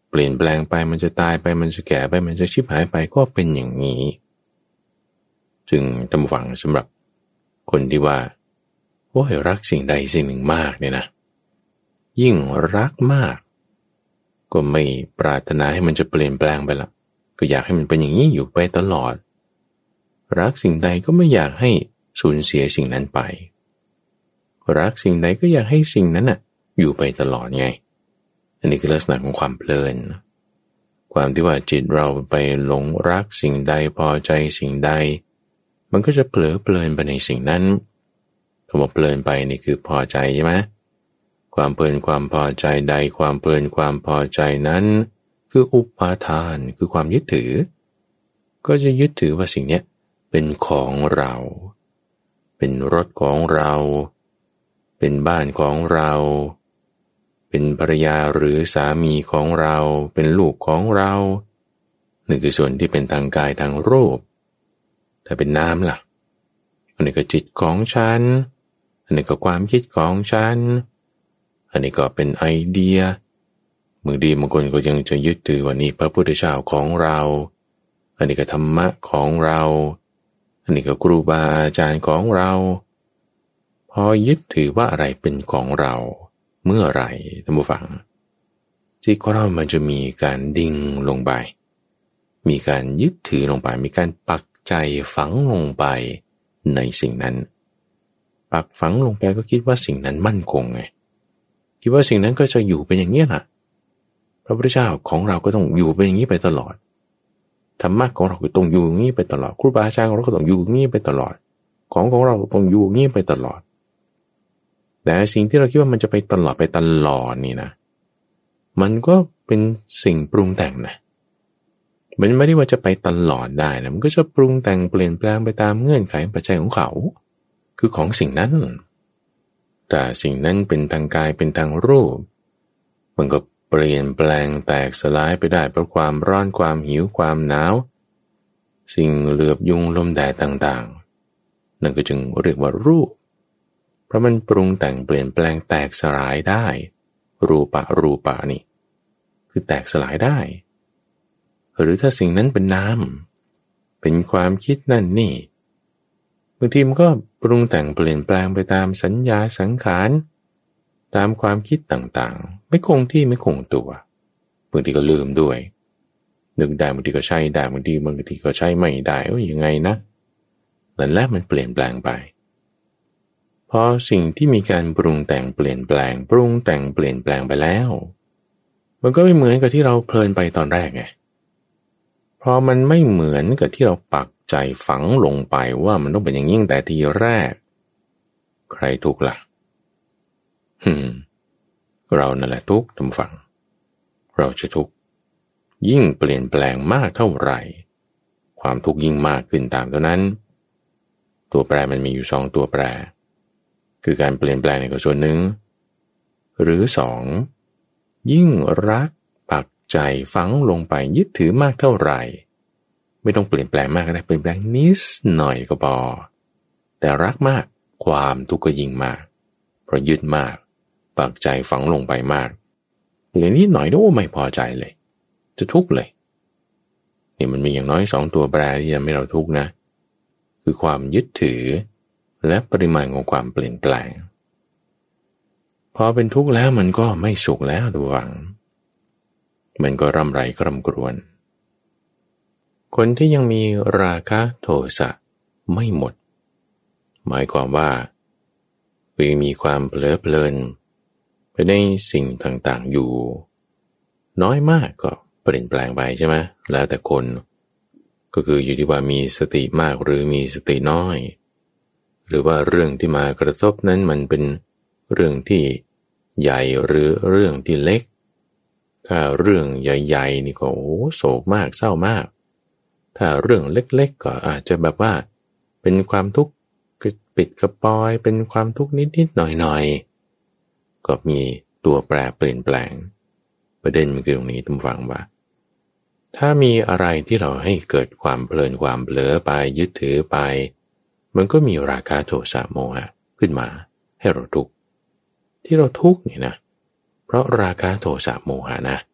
เปลี่ยนแปลงไปมันจะตายไปมันจะแก่ไปมันจะชิบหายไปก็เป็นอย่างนี้จึงท่านผู้ฟังสำหรับคนที่ว่าโอ้ยรักสิ่งใดสิ่งหนึ่งมากเนี่ยนะยิ่งรักมากก็ไม่ปรารถนาให้มันจะเปลี่ยนแปลงไปละก็อยากให้มันเป็นอย่างนี้อยู่ไปตลอดรักสิ่งใดก็ไม่อยากให้สูญเสียสิ่งนั้นไปรักสิ่งใดก็อยากให้สิ่งนั้นน่ะอยู่ไปตลอดไงอันนี้คือลักษณะของความเพลินความที่ว่าจิตเราไปหลงรักสิ่งใดพอใจสิ่งใดมันก็จะเผลอเพลินไปในสิ่งนั้นคำว่าเพลินไปนี่คือพอใจใช่ไหมความเพลินความพอใจใดความเพลินความพอใจนั้นคืออุปาทานคือความยึดถือก็จะยึดถือว่าสิ่งนี้เป็นของเราเป็นรถของเราเป็นบ้านของเราเป็นภรรยาหรือสามีของเราเป็นลูกของเรานี่คือส่วนที่เป็นทางกายทางรูปถ้าเป็นน้ำล่ะอันนี้ก็จิตของฉันอันนี้ก็ความคิดของฉันอันนี้ก็เป็นไอเดียบางทีบางคนก็ยังจะยึดถือว่านี่พระพุทธเจ้าของเราอันนี้ก็ธรรมะของเราอันนี้ก็ครูบาอาจารย์ของเราพอยึดถือว่าอะไรเป็นของเราเมื่อไหร่ท่านผู้ฟังจิตของเรามันจะมีการดิ่งลงไปมีการยึดถือลงไปมีการปักใจฝังลงไปในสิ่งนั้นปักฝังลงไปก็คิดว่าสิ่งนั้นมั่นคงไงคิดว่าสิ่งนั้นก็จะอยู่เป็นอย่างนี้ล่ะพระพุทธเจ้าของเราก็ต้องอยู่เป็นอย่างนี้ไปตลอดธรรมะของเราก็ต้องอยู่อย่างนี้ไปตลอดครูบาอาจารย์ของเราก็ต้องอยู่อย่างนี้ไปตลอดของของเราต้องอยู่อย่างนี้ไปตลอดแต่สิ่งที่เราคิดว่ามันจะไปตลอดไปตลอดนี่นะมันก็เป็นสิ่งปรุงแต่งนะมันไม่ได้ว่าจะไปตลอดได้นะมันก็จะปรุงแต่งเปลี่ยนแปลงไปตามเงื่อนไขปัจจัยของเขาคือของสิ่งนั้นแต่สิ่งนั้นเป็นทางกายเป็นทางรูปมันก็เปลี่ยนแปลงแตกสลายไปได้เพราะความร้อนความหิวความหนาวสิ่งเหลือบยุงลมแดดต่างๆนั่นก็จึงเรียกว่ารูปเพราะมันปรุงแต่งเปลี่ยนแปลงแตกสลายได้รูปะรูปะนี่คือแตกสลายได้หรือถ้าสิ่งนั้นเป็นนามเป็นความคิดนั่นนี่บางทีมันก็ปรุงแต่งเปลี่ยนแปลงไปตามสัญญาสังขารตามความคิดต่างๆไม่คงที่ไม่คงตัวบางทีก็ลืมด้วยนึกได้บางทีก็ใช้ได้บางทีบางทีก็ใช้ไม่ได้ว่ายังไงนะนั่นแหละมันเปลี่ยนแปลงไปพอสิ่งที่มีการปรุงแต่งเปลี่ยนแปลงปรุงแต่งเปลี่ยนแปลงไปแล้วมันก็ไม่เหมือนกับที่เราเพลินไปตอนแรกไงเพราะมันไม่เหมือนกับที่เราปักใจฝังลงไปว่ามันต้องเป็นอย่างยิ่งแต่ทีแรกใครทุกข์ล่ะฮึมเรานั่นแหละทุกข์ท่านผู้ฟังเราจะทุกข์ยิ่งเปลี่ยนแปลงมากเท่าไหร่ความทุกข์ยิ่งมากขึ้นตามเท่านั้นตัวแปรมันมีอยู่สองตัวแปรคือการเปลี่ยนแปลงในส่วนหนึ่งหรือสองยิ่งรักปักใจฝังลงไปยึดถือมากเท่าไหร่ไม่ต้องเปลี่ยนแปลงมากก็ได้เปลี่ยนแปลงนิดหน่อยก็พอแต่รักมากความทุกข์ก็ยิ่งมากเพราะยึดมากปักใจฝังลงไปมากเปลี่ยนนิดหน่อยโอ้ไม่พอใจเลยจะทุกข์เลยนี่มันมีอย่างน้อยสองตัวแปรที่จะไม่เราทุกข์นะคือความยึดถือและปริมาณของความเปลี่ยนแปลงพอเป็นทุกข์แล้วมันก็ไม่สุขแล้วดูหวังมันก็รำไรกรำกรวนคนที่ยังมีราคะโทสะไม่หมดหมายความว่ายังมีความเพลิดเพลินไปในสิ่งต่างๆอยู่น้อยมากก็เปลี่ยนแปลงไปใช่ไหมแล้วแต่คนก็คืออยู่ที่ว่ามีสติมากหรือมีสติน้อยหรือว่าเรื่องที่มากระทบนั้นมันเป็นเรื่องที่ใหญ่หรือเรื่องที่เล็กถ้าเรื่องใหญ่ๆนี่ก็โอ้โศกมากเศร้ามากถ้าเรื่องเล็กๆก็อาจจะแบบว่าเป็นความทุกข์ปิดกระปอยเป็นความทุกข์นิดๆหน่อยๆก็มีตัวแปรเปลี่ยนแปลงประเด็นมันคือตรงนี้ทุกฝังว่าถ้ามีอะไรที่เราให้เกิดความเพลินความเผลอไปยึดถือไปมันก็มีราคะโทสะโมหะขึ้นมาให้เราทุกข์ที่เราทุกข์นี่นะเพราะราคะโทสะโมหะนะเ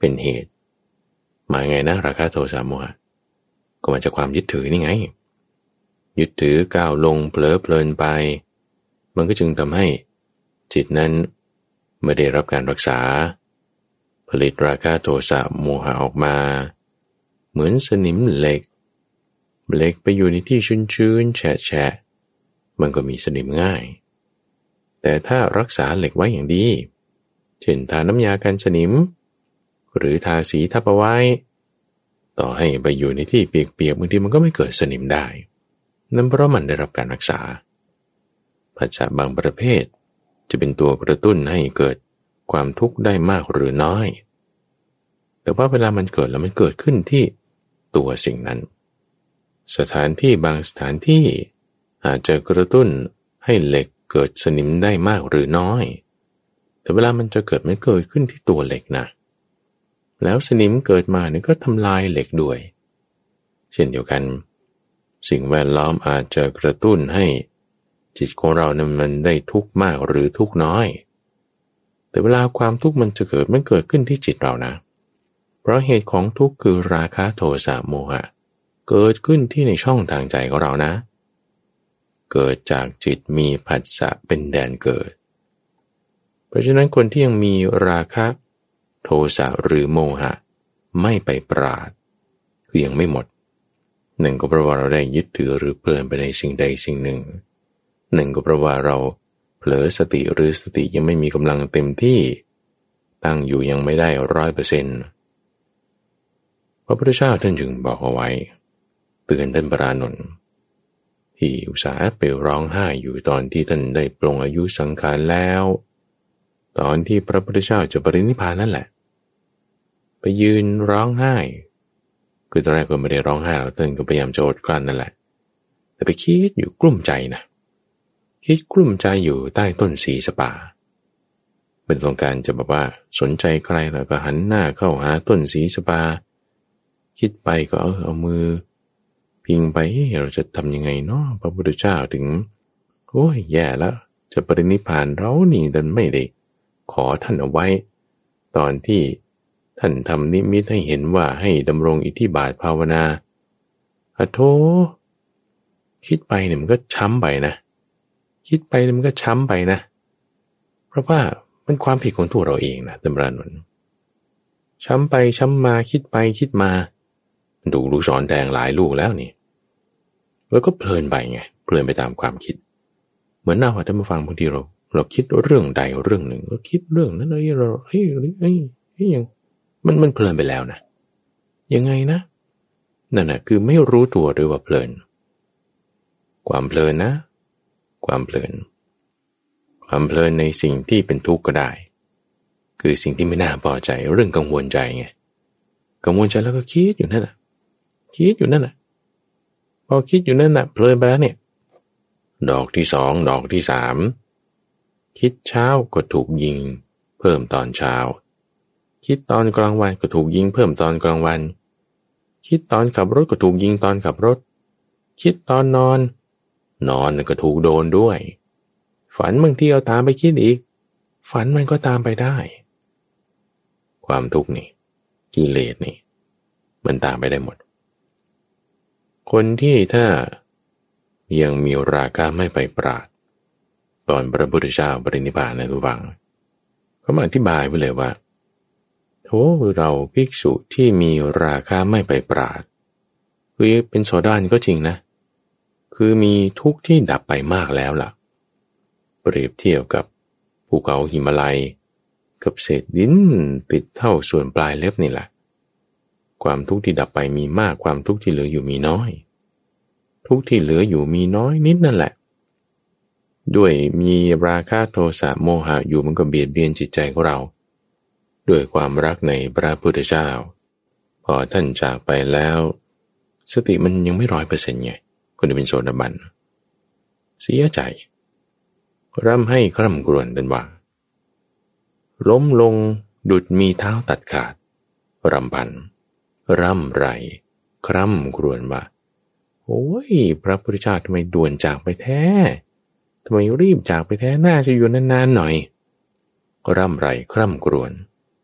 เป็นเหตุหมายไงนะราคะโทสะโมหะก็มาจากความยึดถือนี่ไงยึดถือก้าวลงเผลอเพลินไปมันก็จึงทำให้จิตนั้นไม่ได้รับการรักษาผลิตราคะโทสะโมหะออกมาเหมือนสนิมเหล็กเหล็กไปอยู่ในที่ชื้นๆแฉะๆมันก็มีสนิมง่ายแต่ถ้ารักษาเหล็กไว้อย่างดีเช่นทาน้ำยากันสนิมหรือทาสีทับเอาไว้ต่อให้ไปอยู่ในที่เปียกๆบางทีมันก็ไม่เกิดสนิมได้นั่นเพราะมันได้รับการรักษาผัสสะบางประเภทจะเป็นตัวกระตุ้นให้เกิดความทุกข์ได้มากหรือน้อยแต่ว่าเวลามันเกิดแล้วมันเกิดขึ้นที่ตัวสิ่งนั้นสถานที่บางสถานที่อาจจะกระตุ้นให้เหล็กเกิดสนิมได้มากหรือน้อยแต่เวลามันจะเกิดมันเกิดขึ้นที่ตัวเหล็กนะแล้วสนิมเกิดมาเนี่ยก็ทำลายเหล็กด้วยเช่นเดียวกันสิ่งแวดล้อมอาจจะกระตุ้นให้จิตของเราเนี่ยมันได้ทุกข์มากหรือทุกข์น้อยแต่เวลาความทุกข์มันจะเกิดมันเกิดขึ้นที่จิตเรานะเพราะเหตุของทุกข์คือราคะโทสะโมหะเกิดขึ้นที่ในช่องทางใจของเรานะเกิดจากจิตมีผัสสะเป็นแดนเกิดเพราะฉะนั้นคนที่ยังมีราคะโทสะหรือโมหะไม่ไปปราดคือยังไม่หมดหนึ่งก็เพราะว่าเราได้ยึดถือหรือเพลินไปในสิ่งใดสิ่งหนึ่งหนึ่งก็เพราะว่าเราเผลอสติหรือสติยังไม่มีกำลังเต็มที่ตั้งอยู่ยังไม่ได้ร้อยเปอร์เซ็นต์พระพุทธเจ้าท่านจึงบอกเอาไว้เตือนท่านพระอานนท์ที่อุตส่าห์ไปร้องไห้อยู่ตอนที่ท่านได้ปลงอายุสังขารแล้วตอนที่พระพุทธเจ้าจะปรินิพพานนั่นแหละไปยืนร้องไห้คือตอนแรกก็ไม่ได้ร้องไห้เราท่านก็พยายามจะอดกลั้นนั่นแหละแต่ไปคิดอยู่กลุ้มใจนะคิดกลุ้มใจอยู่ใต้ต้นสีสปาเป็นต้องการจะบอกว่าสนใจใครแล้วก็หันหน้าเข้าหาต้นสีสปาคิดไปก็เอาเอามือพิงไปเราจะทำยังไงเนาะพระพุทธเจ้าถึงโอ้ยแย่แล้วจะปรินิพพานเรานี่ดันไม่ได้ขอท่านเอาไว้ตอนที่ท่านทำนิมิตให้เห็นว่าให้ดำรงอิทธิบาทภาวนาอะโธคิดไปเนี่ยมันก็ช้ำไปนะคิดไปเนี่ยมันก็ช้ำไปนะเพราะว่ามันความผิดของตัวเราเองนะตำราหนุนช้ำไปช้ำมาคิดไปคิดมาดูลูกศรแดงหลายลูกแล้วนี่แล้วก็เพลินไปไงเพลินไปตามความคิดเหมือนเราท่านผู้ฟังบางทีเราเราคิดเรื่องใดเรื่องหนึ่งเราคิดเรื่องนั้นเอ้ยเราเฮ้ยเฮ้ยเฮ้ยยังมันมันเพลินไปแล้วนะยังไงนะนั่นน่ะคือไม่รู้ตัวด้วยว่าเพลินความเพลินนะความเพลินความเพลินในสิ่งที่เป็นทุกข์ก็ได้คือสิ่งที่ไม่น่าพอใจเรื่องกังวลใจไงกังวลใจแล้วก็คิดอยู่นั่นน่ะคิดอยู่นั่นน่ะพอคิดอยู่นั่นน่ะเพลินไปแล้วเนี่ยดอกที่สองดอกที่สามคิดเช้าก็ถูกยิงเพิ่มตอนเช้าคิดตอนกลางวันก็ถูกยิงเพิ่มตอนกลางวันคิดตอนขับรถก็ถูกยิงตอนขับรถคิดตอนนอนนอนก็ถูกโดนด้วยฝันบางทีเอาตามไปคิดอีกฝันมันก็ตามไปได้ความทุกข์นี่กิเลสนี่มันตามไปได้หมดคนที่ถ้ายังมีราคะไม่ไปปราดตอนพระพุทธเจ้าปรินิพพานในทุกวังเขามาอธิบายไว้เลยว่าโธ่เราภิกษุที่มีราคะไม่ไปปราดคือเป็นโสดาบันก็จริงนะคือมีทุกข์ที่ดับไปมากแล้วล่ะเปรียบเทียบกับภูเขาหิมาลัยกับเศษดินติดเท่าส่วนปลายเล็บนี่แหละความทุกข์ที่ดับไปมีมากความทุกข์ที่เหลืออยู่มีน้อยทุกข์ที่เหลืออยู่มีน้อยนิดนั่นแหละด้วยมีราคะโทสะโมหะอยู่มันก็เบียดเบียนจิตใจของเราด้วยความรักในพระพุทธเจ้าพอท่านจากไปแล้วสติมันยังไม่ร้อยเปอร์เซ็นต์ไงคนที่เป็นโสดาบันเสียใจร่ำให้คร่ำครวญดันว่าล้มลงดุจมีเท้าตัดขาดรำพันร่ำไรคร่ำครวญว่าโอ้ยพระพุทธเจ้าทำไมด่วนจากไปแท้ทำไมรีบจากไปแท้น่าจะอยู่นานๆหน่อยร่ำไรคร่ำครวญ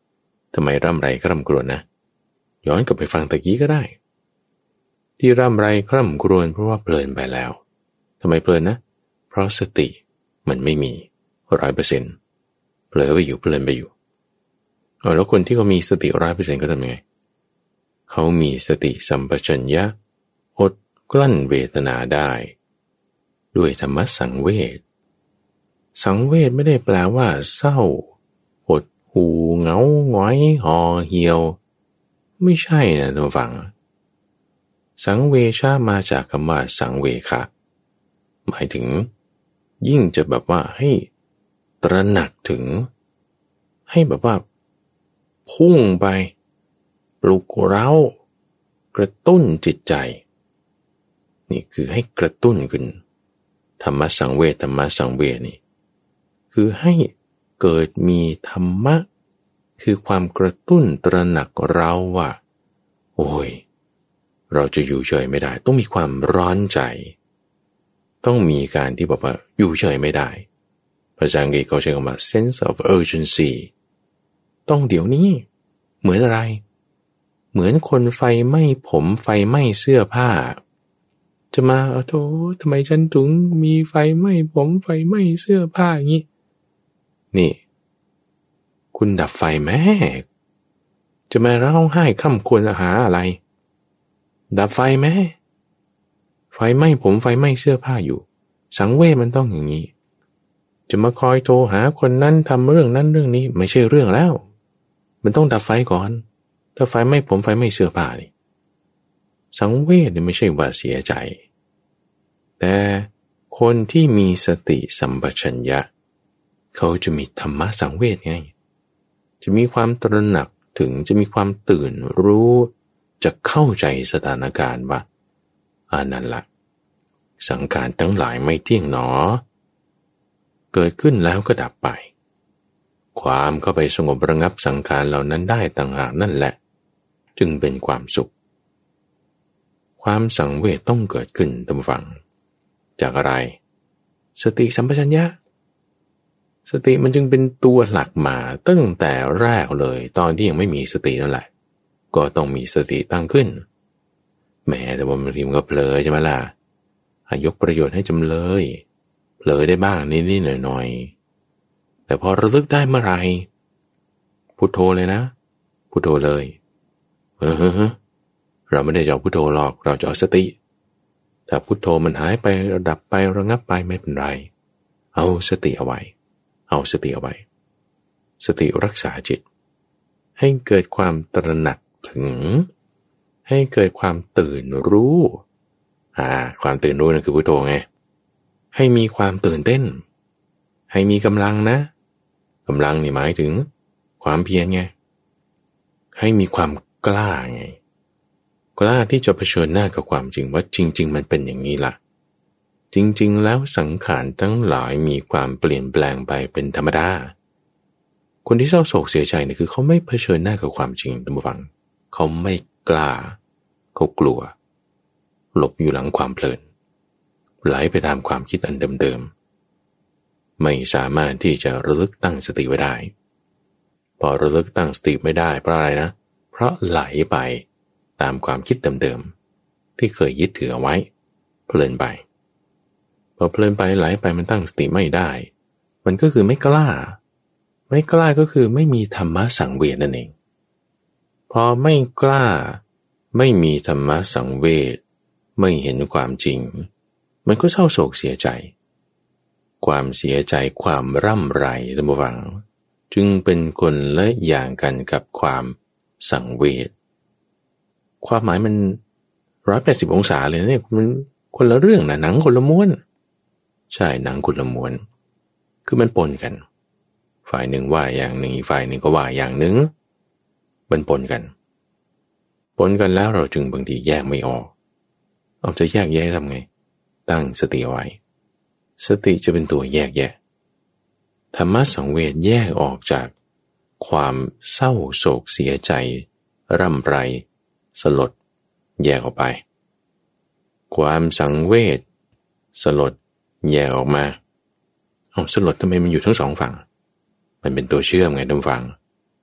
ทำไมร่ำไรคร่ำครวญนะย้อนกลับไปฟังตะกี้ก็ได้ที่ร่ำไรคร่ำครวญเพราะว่าเพลินไปแล้วทำไมเพลินนะเพราะสติมันไม่มีร้อยเปอร์เซ็นต์เผลอไปอยู่เพลินไปอยู่อ๋อแล้วคนที่เขามีสติร้อยเปอร์เซ็นต์ก็ทำยังไงเขามีสติสัมปชัญญะอดกลั้นเวทนาได้ด้วยธรรมะสังเวชสังเวชไม่ได้แปลว่าเศร้าหดหูเหงาหงอยห่อเหี่ยวไม่ใช่นะท่านผู้ฟังสังเวชามาจากคำว่าสังเวคะหมายถึงยิ่งจะแบบว่าให้ตระหนักถึงให้แบบว่าพุ่งไปปลุกเร้ากระตุ้นจิตใจนี่คือให้กระตุ้นขึ้นธรรมะสังเวชธรรมะสังเวชนี่คือให้เกิดมีธรรมะคือความกระตุ้นตระหนักเราว่าโอ้ยเราจะอยู่เฉยไม่ได้ต้องมีความร้อนใจต้องมีการที่บอกว่าอยู่เฉยไม่ได้ภาษาอังกฤษเขาใช้คำว่า sense of urgency ต้องเดี๋ยวนี้เหมือนอะไรเหมือนคนไฟไหม้ผมไฟไหม้เสื้อผ้าจะมาโอ้โธ่ทำไมฉันถึงมีไฟไหม้ผมไฟไหม้เสื้อผ้าอย่างนี้นี่คุณดับไฟแม่จะมาร้องไห้คร่ำครวญหาอะไรดับไฟแม่ไฟไหม้ผมไฟไหม้เสื้อผ้าอยู่สังเวชมันต้องอย่างนี้จะมาคอยโทรหาคนนั้นทำเรื่องนั้นเรื่องนี้ไม่ใช่เรื่องแล้วมันต้องดับไฟก่อนถ้าไฟไหม้ผมไฟไหม้เสื้อผ้านี่สังเวชเนี่ยไม่ใช่ว่าเสียใจแต่คนที่มีสติสัมปชัญญะเขาจะมีธรรมะสังเวชไงจะมีความตระหนักถึงจะมีความตื่นรู้จะเข้าใจสถานการณ์ว่าอันนั้นละสังขารทั้งหลายไม่เที่ยงหนอเกิดขึ้นแล้วก็ดับไปความเข้าไปสงบระงับสังขารเหล่านั้นได้ต่างหากนั่นแหละจึงเป็นความสุขความสังเวชต้องเกิดขึ้นท่านผู้ฟังจากอะไรสติสัมปชัญญะสติมันจึงเป็นตัวหลักมาตั้งแต่แรกเลยตอนที่ยังไม่มีสตินั่นแหละก็ต้องมีสติตั้งขึ้นแหมแต่ว่าบางทีมันก็เผลอใช่ไหมล่ะยกประโยชน์ให้จำเลยเผลอได้บ้างนิดๆหน่อยๆแต่พอระลึกได้เมื่อไหร่พุทโธเลยนะพุทโธเลยเออเราไม่ได้จะเอาพุทโธหรอกเราจะเอาสติถ้าพุทโธมันหายไประดับไประงับไปไม่เป็นไรเอาสติเอาไว้เอาสติเอาไว้สติรักษาจิตให้เกิดความตระหนักถึงให้เกิดความตื่นรู้อ่าความตื่นรู้นั่นคือพุทโธไงให้มีความตื่นเต้นให้มีกำลังนะกำลังนี่หมายถึงความเพียรไงให้มีความกล้าไงกล้าที่จะเผชิญหน้ากับความจริงว่าจริงๆมันเป็นอย่างนี้ล่ะจริงๆแล้วสังขารทั้งหลายมีความเปลี่ยนแปลงไปเป็นธรรมดาคนที่เศร้าโศกเสียใจเนี่ยคือเขาไม่เผชิญหน้ากับความจริงท่านผู้ฟังเขาไม่กล้าเขากลัวหลบอยู่หลังความเพลินไหลไปตามความคิดอันเดิมๆไม่สามารถที่จะระลึกตั้งสติไว้ได้พอระลึกตั้งสติไม่ได้เพราะอะไรนะเพราะไหลไปตามความคิดเดิมๆที่เคยยึดถือเอาไว้เพลินไปพอเพลินไปไหลไปมันตั้งสติไม่ได้มันก็คือไม่กล้าไม่กล้าก็คือไม่มีธรรมะสังเวชนั่นเองพอไม่กล้าไม่มีธรรมะสังเวชไม่เห็นความจริงมันก็เศร้าโศกเสียใจความเสียใจความร่ำไรท่านผู้ฟังจึงเป็นคนละอย่างกันกับความสังเวชความหมายมันร้อยแปดสิบองศาเลยเนี่ยมันคนละเรื่องนะหนังคนละม้วนใช่หนังคนละม้วนคือมันปนกันฝ่ายหนึ่งว่าอย่างหนึ่งอีกฝ่ายหนึ่งก็ว่าอย่างหนึ่งมันปนกันปนกันแล้วเราจึงบางทีแยกไม่ออกเอาจะแยกแยะทำไงตั้งสติไว้สติจะเป็นตัวแยกแยะธรรมะสังเวชแยกออกจากความเศร้าโศกเสียใจร่ำไรสลดแยกออกไปความสังเวชสลดแยกออกมาเอาสลดทำไมมันอยู่ทั้งสองฝั่งมันเป็นตัวเชื่อมไงท่านฟัง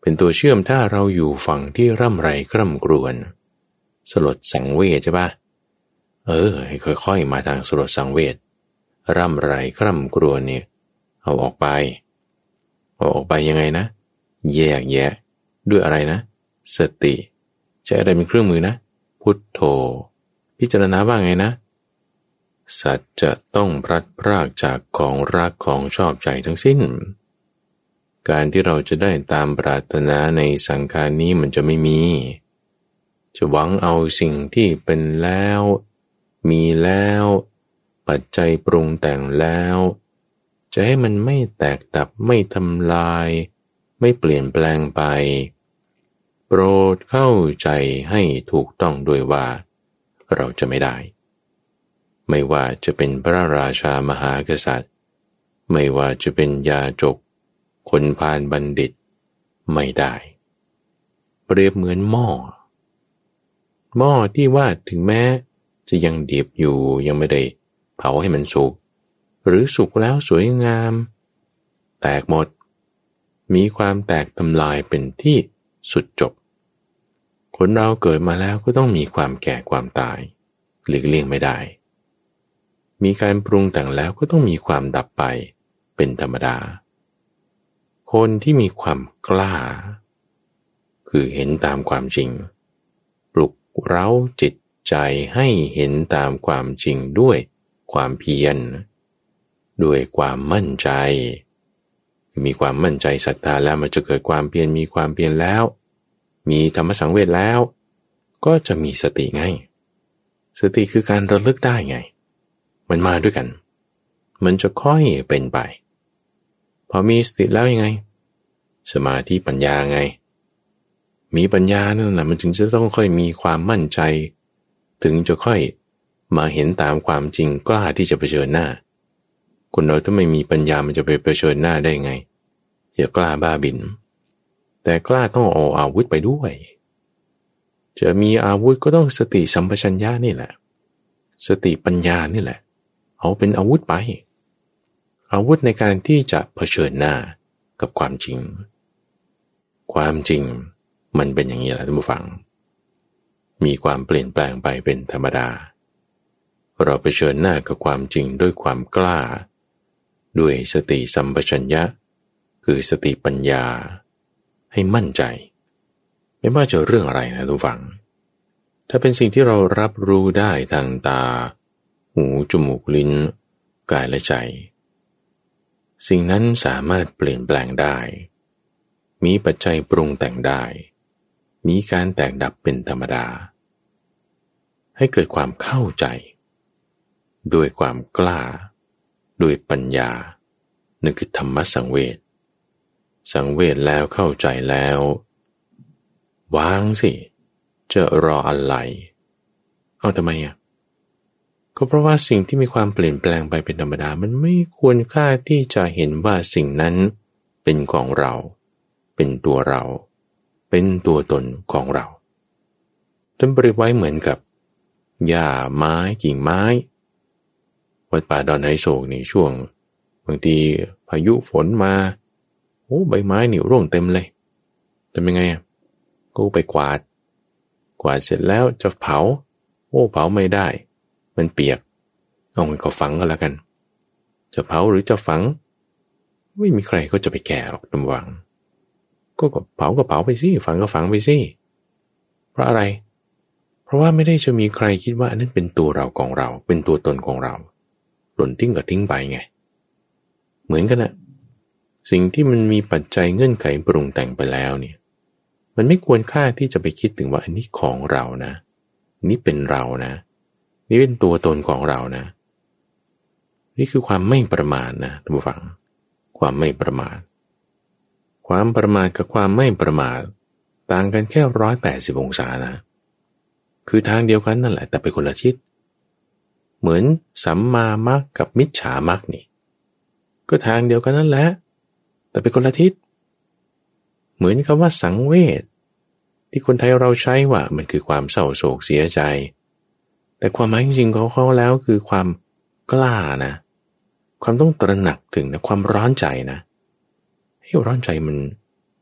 เป็นตัวเชื่อมถ้าเราอยู่ฝั่งที่ร่ำไรคร่ำครวญสลดสังเวชใช่ปะเออให้ค่อยๆมาทางสลดสังเวชร่ำไรคร่ำครวญเนี่ยเอาออกไปเอาออกไปยังไงนะแยกแยะด้วยอะไรนะสติใช้อะไรเป็นเครื่องมือนะพุทโธพิจารณาว่าไงนะสัตว์จะต้องพลัดพรากจากของรักของชอบใจทั้งสิ้นการที่เราจะได้ตามปรารถนาในสังขารนี้มันจะไม่มีจะหวังเอาสิ่งที่เป็นแล้วมีแล้วปัจจัยปรุงแต่งแล้วจะให้มันไม่แตกดับไม่ทำลายไม่เปลี่ยนแปลงไปโปรดเข้าใจให้ถูกต้องด้วยว่าเราจะไม่ได้ไม่ว่าจะเป็นพระราชามหากษัตริย์ไม่ว่าจะเป็นยาจกคนพาลบัณฑิตไม่ได้เปรียบเหมือนหม้อหม้อที่ว่าถึงแม้จะยังดิบอยู่ยังไม่ได้เผาให้มันสุกหรือสุกแล้วสวยงามแตกหมดมีความแตกทำลายเป็นที่สุดจบคนเราเกิดมาแล้วก็ต้องมีความแก่ความตายหลีกเลี่ยงไม่ได้มีการปรุงแต่งแล้วก็ต้องมีความดับไปเป็นธรรมดาคนที่มีความกล้าคือเห็นตามความจริงปลุกเร้าจิตใจให้เห็นตามความจริงด้วยความเพียรด้วยความมั่นใจมีความมั่นใจศรัทธาแล้วมันจะเกิดความเพียรมีความเพียรแล้วมีธรรมสังเวชแล้วก็จะมีสติไงสติคือการระลึกได้ไงมันมาด้วยกันมันจะค่อยเป็นไปพอมีสติแล้วยังไงสมาธิปัญญาไงมีปัญญานั่นแหละมันจึงจะต้องค่อยมีความมั่นใจถึงจะค่อยมาเห็นตามความจริงกล้าที่จะเผชิญหน้าคนเราถ้าไม่มีปัญญามันจะไปเผชิญหน้าได้ไงอย่ากล้าบ้าบินแต่กล้าต้องเอาอาวุธไปด้วยจะมีอาวุธก็ต้องสติสัมปชัญญะนี่แหละสติปัญญานี่แหละเอาเป็นอาวุธไปอาวุธในการที่จะเผชิญหน้ากับความจริงความจริงมันเป็นอย่างนี้แหละท่านผู้ฟังมีความเปลี่ยนแปลงไปเป็นธรรมดาเราเผชิญหน้ากับความจริงด้วยความกล้าด้วยสติสัมปชัญญะคือสติปัญญาให้มั่นใจไม่ว่าจะเรื่องอะไรนะทุกฝังถ้าเป็นสิ่งที่เรารับรู้ได้ทางตาหูจมูกลิ้นกายและใจสิ่งนั้นสามารถเปลี่ยนแปลงได้มีปัจจัยปรุงแต่งได้มีการแตกดับเป็นธรรมดาให้เกิดความเข้าใจด้วยความกล้าด้วยปัญญานั่นคือธรรมสังเวชสังเวชแล้วเข้าใจแล้ววางสิจะรออะไรเอาทำไมอ่ะก็เพราะว่าสิ่งที่มีความเปลี่ยนแปลงไปเป็นธรรมดามันไม่ควรค่าที่จะเห็นว่าสิ่งนั้นเป็นของเราเป็นตัวเราเป็นตัวตนของเราท่านเปรียบไว้เหมือนกับหญ้าไม้กิ่งไม้วัดป่าดอนไหโศกนี่ช่วงบางทีพายุฝนมาโอ้ใบไม้นี่ร่วงเต็มเลยทำยังไงอ่ะก็ไปกวาดกวาดเสร็จแล้วจะเผาโอ้เผาไม่ได้มันเปียกเอามันก็ฝังก็แล้วกันจะเผาหรือจะฝังไม่มีใครก็จะไปแก่หรอกตำหวังก็ก็เผาก็เผาไปสิฝังก็ฝังไปสิเพราะอะไรเพราะว่าไม่ได้จะมีใครคิดว่าอันนั้นเป็นตัวเราของเราเป็นตัวตนของเราหล่นทิ้งก็ทิ้งไปไงเหมือนกันนะสิ่งที่มันมีปัจจัยเงื่อนไขปรุงแต่งไปแล้วเนี่ยมันไม่ควรค่าที่จะไปคิดถึงว่าอันนี้ของเรานะนี่เป็นเรานะนี่เป็นตัวตนของเรานะนี่คือความไม่ประมาทนะท่านผู้ฟังความไม่ประมาทความประมาทกับความไม่ประมาทต่างกันแค่ร้อยแปดสิบองศานะคือทางเดียวกันนั่นแหละแต่เป็นคนละทิศเหมือนสัมมามัคกับมิจฉามัคนี่ก็ทางเดียวกันนั่นแหละแต่เป็นคนละทิศเหมือนคำว่าสังเวชที่คนไทยเราใช้ว่ามันคือความเศร้าโศกเสียใจแต่ความหมายจริงๆของเขาแล้วคือความกล้านะความต้องตระหนักถึงนะความร้อนใจนะให้ร้อนใจมัน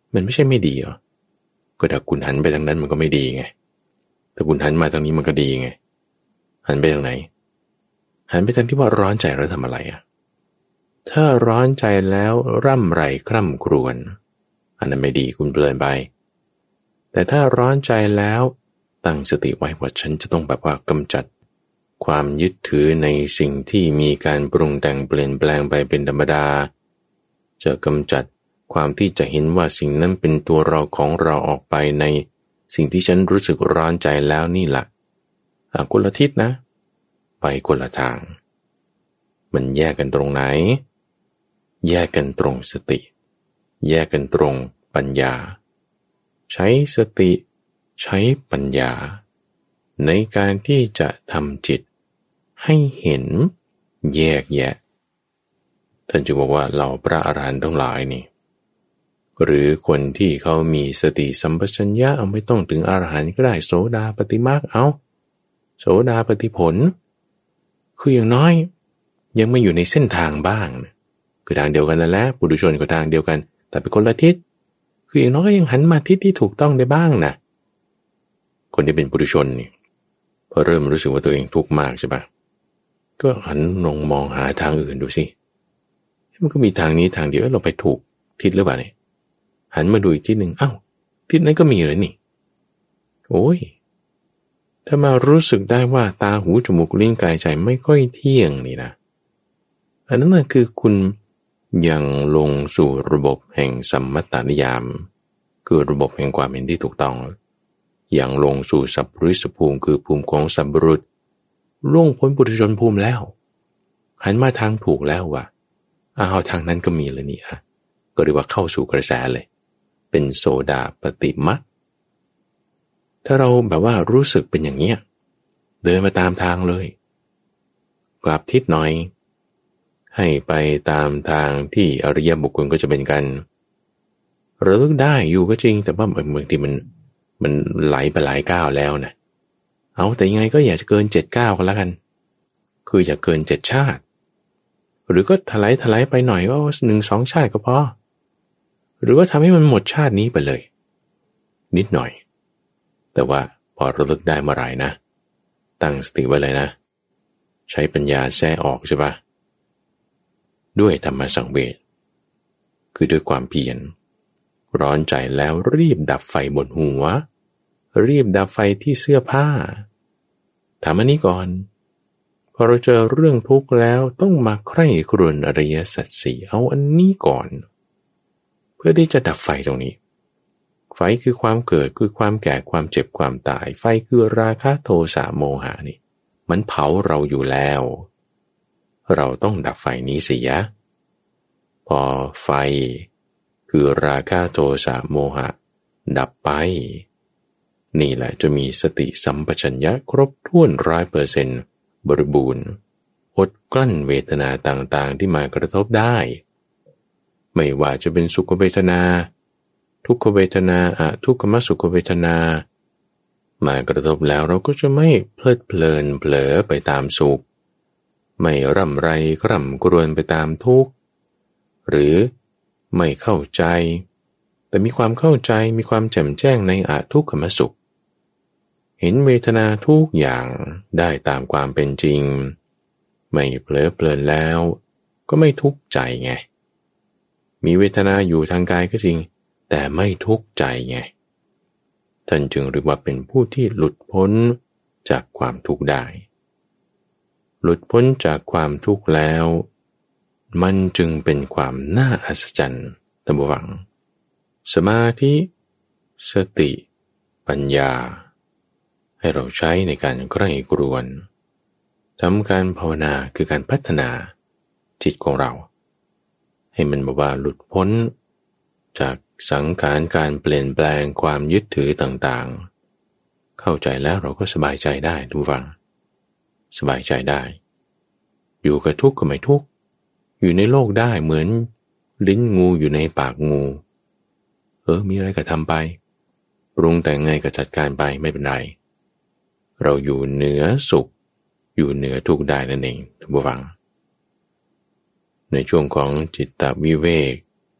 มันไม่ใช่ไม่ดีเหรอก็ถ้าคุณหันไปทางนั้นมันก็ไม่ดีไงถ้าคุณหันมาทางนี้มันก็ดีไงหันไปทางไหนหันไปทางที่ว่าร้อนใจแล้วทำอะไรอ่ะถ้าร้อนใจแล้วร่ำไรคร่ำครวญอันนั้นไม่ดีคุณเพลินไปแต่ถ้าร้อนใจแล้วตั้งสติไว้ว่าฉันจะต้องแบบว่ากำจัดความยึดถือในสิ่งที่มีการปรุงแต่งเปลี่ยนแปลงไปเป็นธรรมดาจะกำจัดความที่จะเห็นว่าสิ่งนั้นเป็นตัวเราของเราออกไปในสิ่งที่ฉันรู้สึกร้อนใจแล้วนี่แหละคนละทิศนะไปคนละทางมันแยกกันตรงไหนแยกกันตรงสติแยกกันตรงปัญญาใช้สติใช้ปัญญาในการที่จะทำจิตให้เห็นแยกแยะท่านจึงบอกว่าเราพระอรหันต์ทั้งหลายนี่หรือคนที่เขามีสติสัมปชัญญะเอาไม่ต้องถึงอรหันต์ก็ได้โสดาปัตติมรรคเอาโสดาปัตติผลคืออย่างน้อยยังไม่อยู่ในเส้นทางบ้างคือทางเดียวกันนั่นแหละปุถุชนก็ทางเดียวกันแต่เป็นคนละทิศคืออย่างน้อยก็ยังหันมาทิศที่ถูกต้องได้บ้างนะคนที่เป็นปุถุชนนี่พอเริ่มรู้สึกว่าตัวเองทุกข์มากใช่ปะก็หันลงมองหาทางอื่นดูสิมันก็มีทางนี้ทางเดียวเราไปถูกทิศหรือเปล่าเนี่ยหันมาดูอีกทิศหนึ่งอ้าวทิศนั้นก็มีเลยนี่โอ้ยถ้ามารู้สึกได้ว่าตาหูจมูกลิ้นกายใจไม่ค่อยเที่ยงนี่นะอันนั้นน่ะคือคุณยังลงสู่ระบบแห่งสัมมัตตนิยามคือระบบแห่งความเห็นที่ถูกต้องอย่างลงสู่สัพพริสภูมิคือภูมิของสัพบุรุษล่วงพ้นปุถุชนภูมิแล้วหันมาทางถูกแล้วว่ะอ้าวทางนั้นก็มีเลยนี่อ่ะก็เรียกว่าเข้าสู่กระแสเลยเป็นโสดาปัตติมรรคถ้าเราแบบว่ารู้สึกเป็นอย่างเนี้ยเดินมาตามทางเลยกลับทิศหน่อยให้ไปตามทางที่อริยบุคคลก็จะเป็นกันระลึกได้อยู่ก็จริงแต่ว่าบางทีมันมันไหลไปหลายก้าวแล้วนะเอาแต่ยังไงก็อยากจะเกินเจ็ดก้าวกันแล้วกันคืออย่าเกินเจ็ดชาติหรือก็ถลายถลายไปหน่อยก็หนึ่งสองชาติก็พอหรือว่าทำให้มันหมดชาตินี้ไปเลยนิดหน่อยแต่ว่าพอระลึกได้เมื่อไหร่นะตั้งสติไว้เลยนะใช้ปัญญาแทรกออกใช่ปะด้วยธรรมสังเวชคือด้วยความเพียรร้อนใจแล้วรีบดับไฟบนหัวรีบดับไฟที่เสื้อผ้าถามอันนี้ก่อนพอเราเจอเรื่องทุกข์แล้วต้องมาใคร่ครวญอริยสัจสี่เอาอันนี้ก่อนเพื่อที่จะดับไฟตรงนี้ไฟคือความเกิดคือความแก่ความเจ็บความตายไฟคือราคะโทสะโมหะนี่มันเผาเราอยู่แล้วเราต้องดับไฟนี้เสียพอไฟคือราคะโทสะโมหะดับไปนี่แหละจะมีสติสัมปชัญญะครบถ้วนร้อยเปอร์เซ็นต์บริบูรณ์อดกลั้นเวทนาต่างๆที่มากระทบได้ไม่ว่าจะเป็นสุขเวทนาทุกขเวทนาอะทุกขมสุขเวทนามากระทบแล้วเราก็จะไม่เพลิดเพลินเผลอไปตามสุขไม่ร่ำไรคร่ำครวญไปตามทุกข์หรือไม่เข้าใจแต่มีความเข้าใจมีความแจ่มแจ้งในอะทุกขมสุขเห็นเวทนาทุกอย่างได้ตามความเป็นจริงไม่เพลิดเพลินแล้วก็ไม่ทุกข์ใจไงมีเวทนาอยู่ทางกายก็จริงแต่ไม่ทุกข์ใจไงท่านจึงเรียกว่าเป็นผู้ที่หลุดพ้นจากความทุกข์ได้หลุดพ้นจากความทุกข์แล้วมันจึงเป็นความน่าอัศจรรย์ท่านผู้ฟังสมาธิสติปัญญาให้เราใช้ในการใคร่ครวญทำการภาวนาคือการพัฒนาจิตของเราให้มันแบบว่าหลุดพ้นจากสังขารการเปลี่ยนแปลงความยึดถือต่างๆเข้าใจแล้วเราก็สบายใจได้ทุกฝังสบายใจได้อยู่กับทุกข์ก็ไม่ทุกข์อยู่ในโลกได้เหมือนลิ้นงูอยู่ในปากงูเออมีอะไรก็ทำไปปรุงแต่งไงก็จัดการไปไม่เป็นไรเราอยู่เหนือสุขอยู่เหนือทุกข์ได้นั่นเองท่านผู้ฟังในช่วงของจิตตวิเวก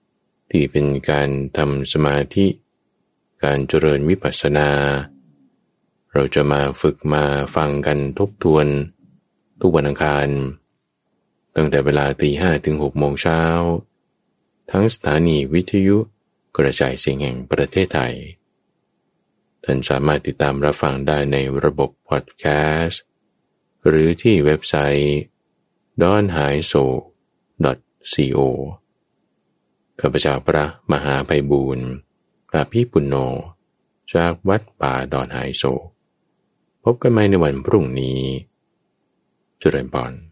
ที่เป็นการทำสมาธิการเจริญวิปัสสนาเราจะมาฝึกมาฟังกันทบทวนทุกวันอังคารตั้งแต่เวลาตีห้าถึงหกโมงเช้าทั้งสถานีวิทยุกระจายเสียงแห่งประเทศไทยท่านสามารถติดตามรับฟังได้ในระบบพอดแคสต์หรือที่เว็บไซต์ ดอนไฮโซ ดอท ซี โอ ข้าพเจ้าพระมหาไพบูลย์อาภิปุณโญจากวัดป่าดอนไฮโซพบกันใหม่ในวันพรุ่งนี้เจริญพร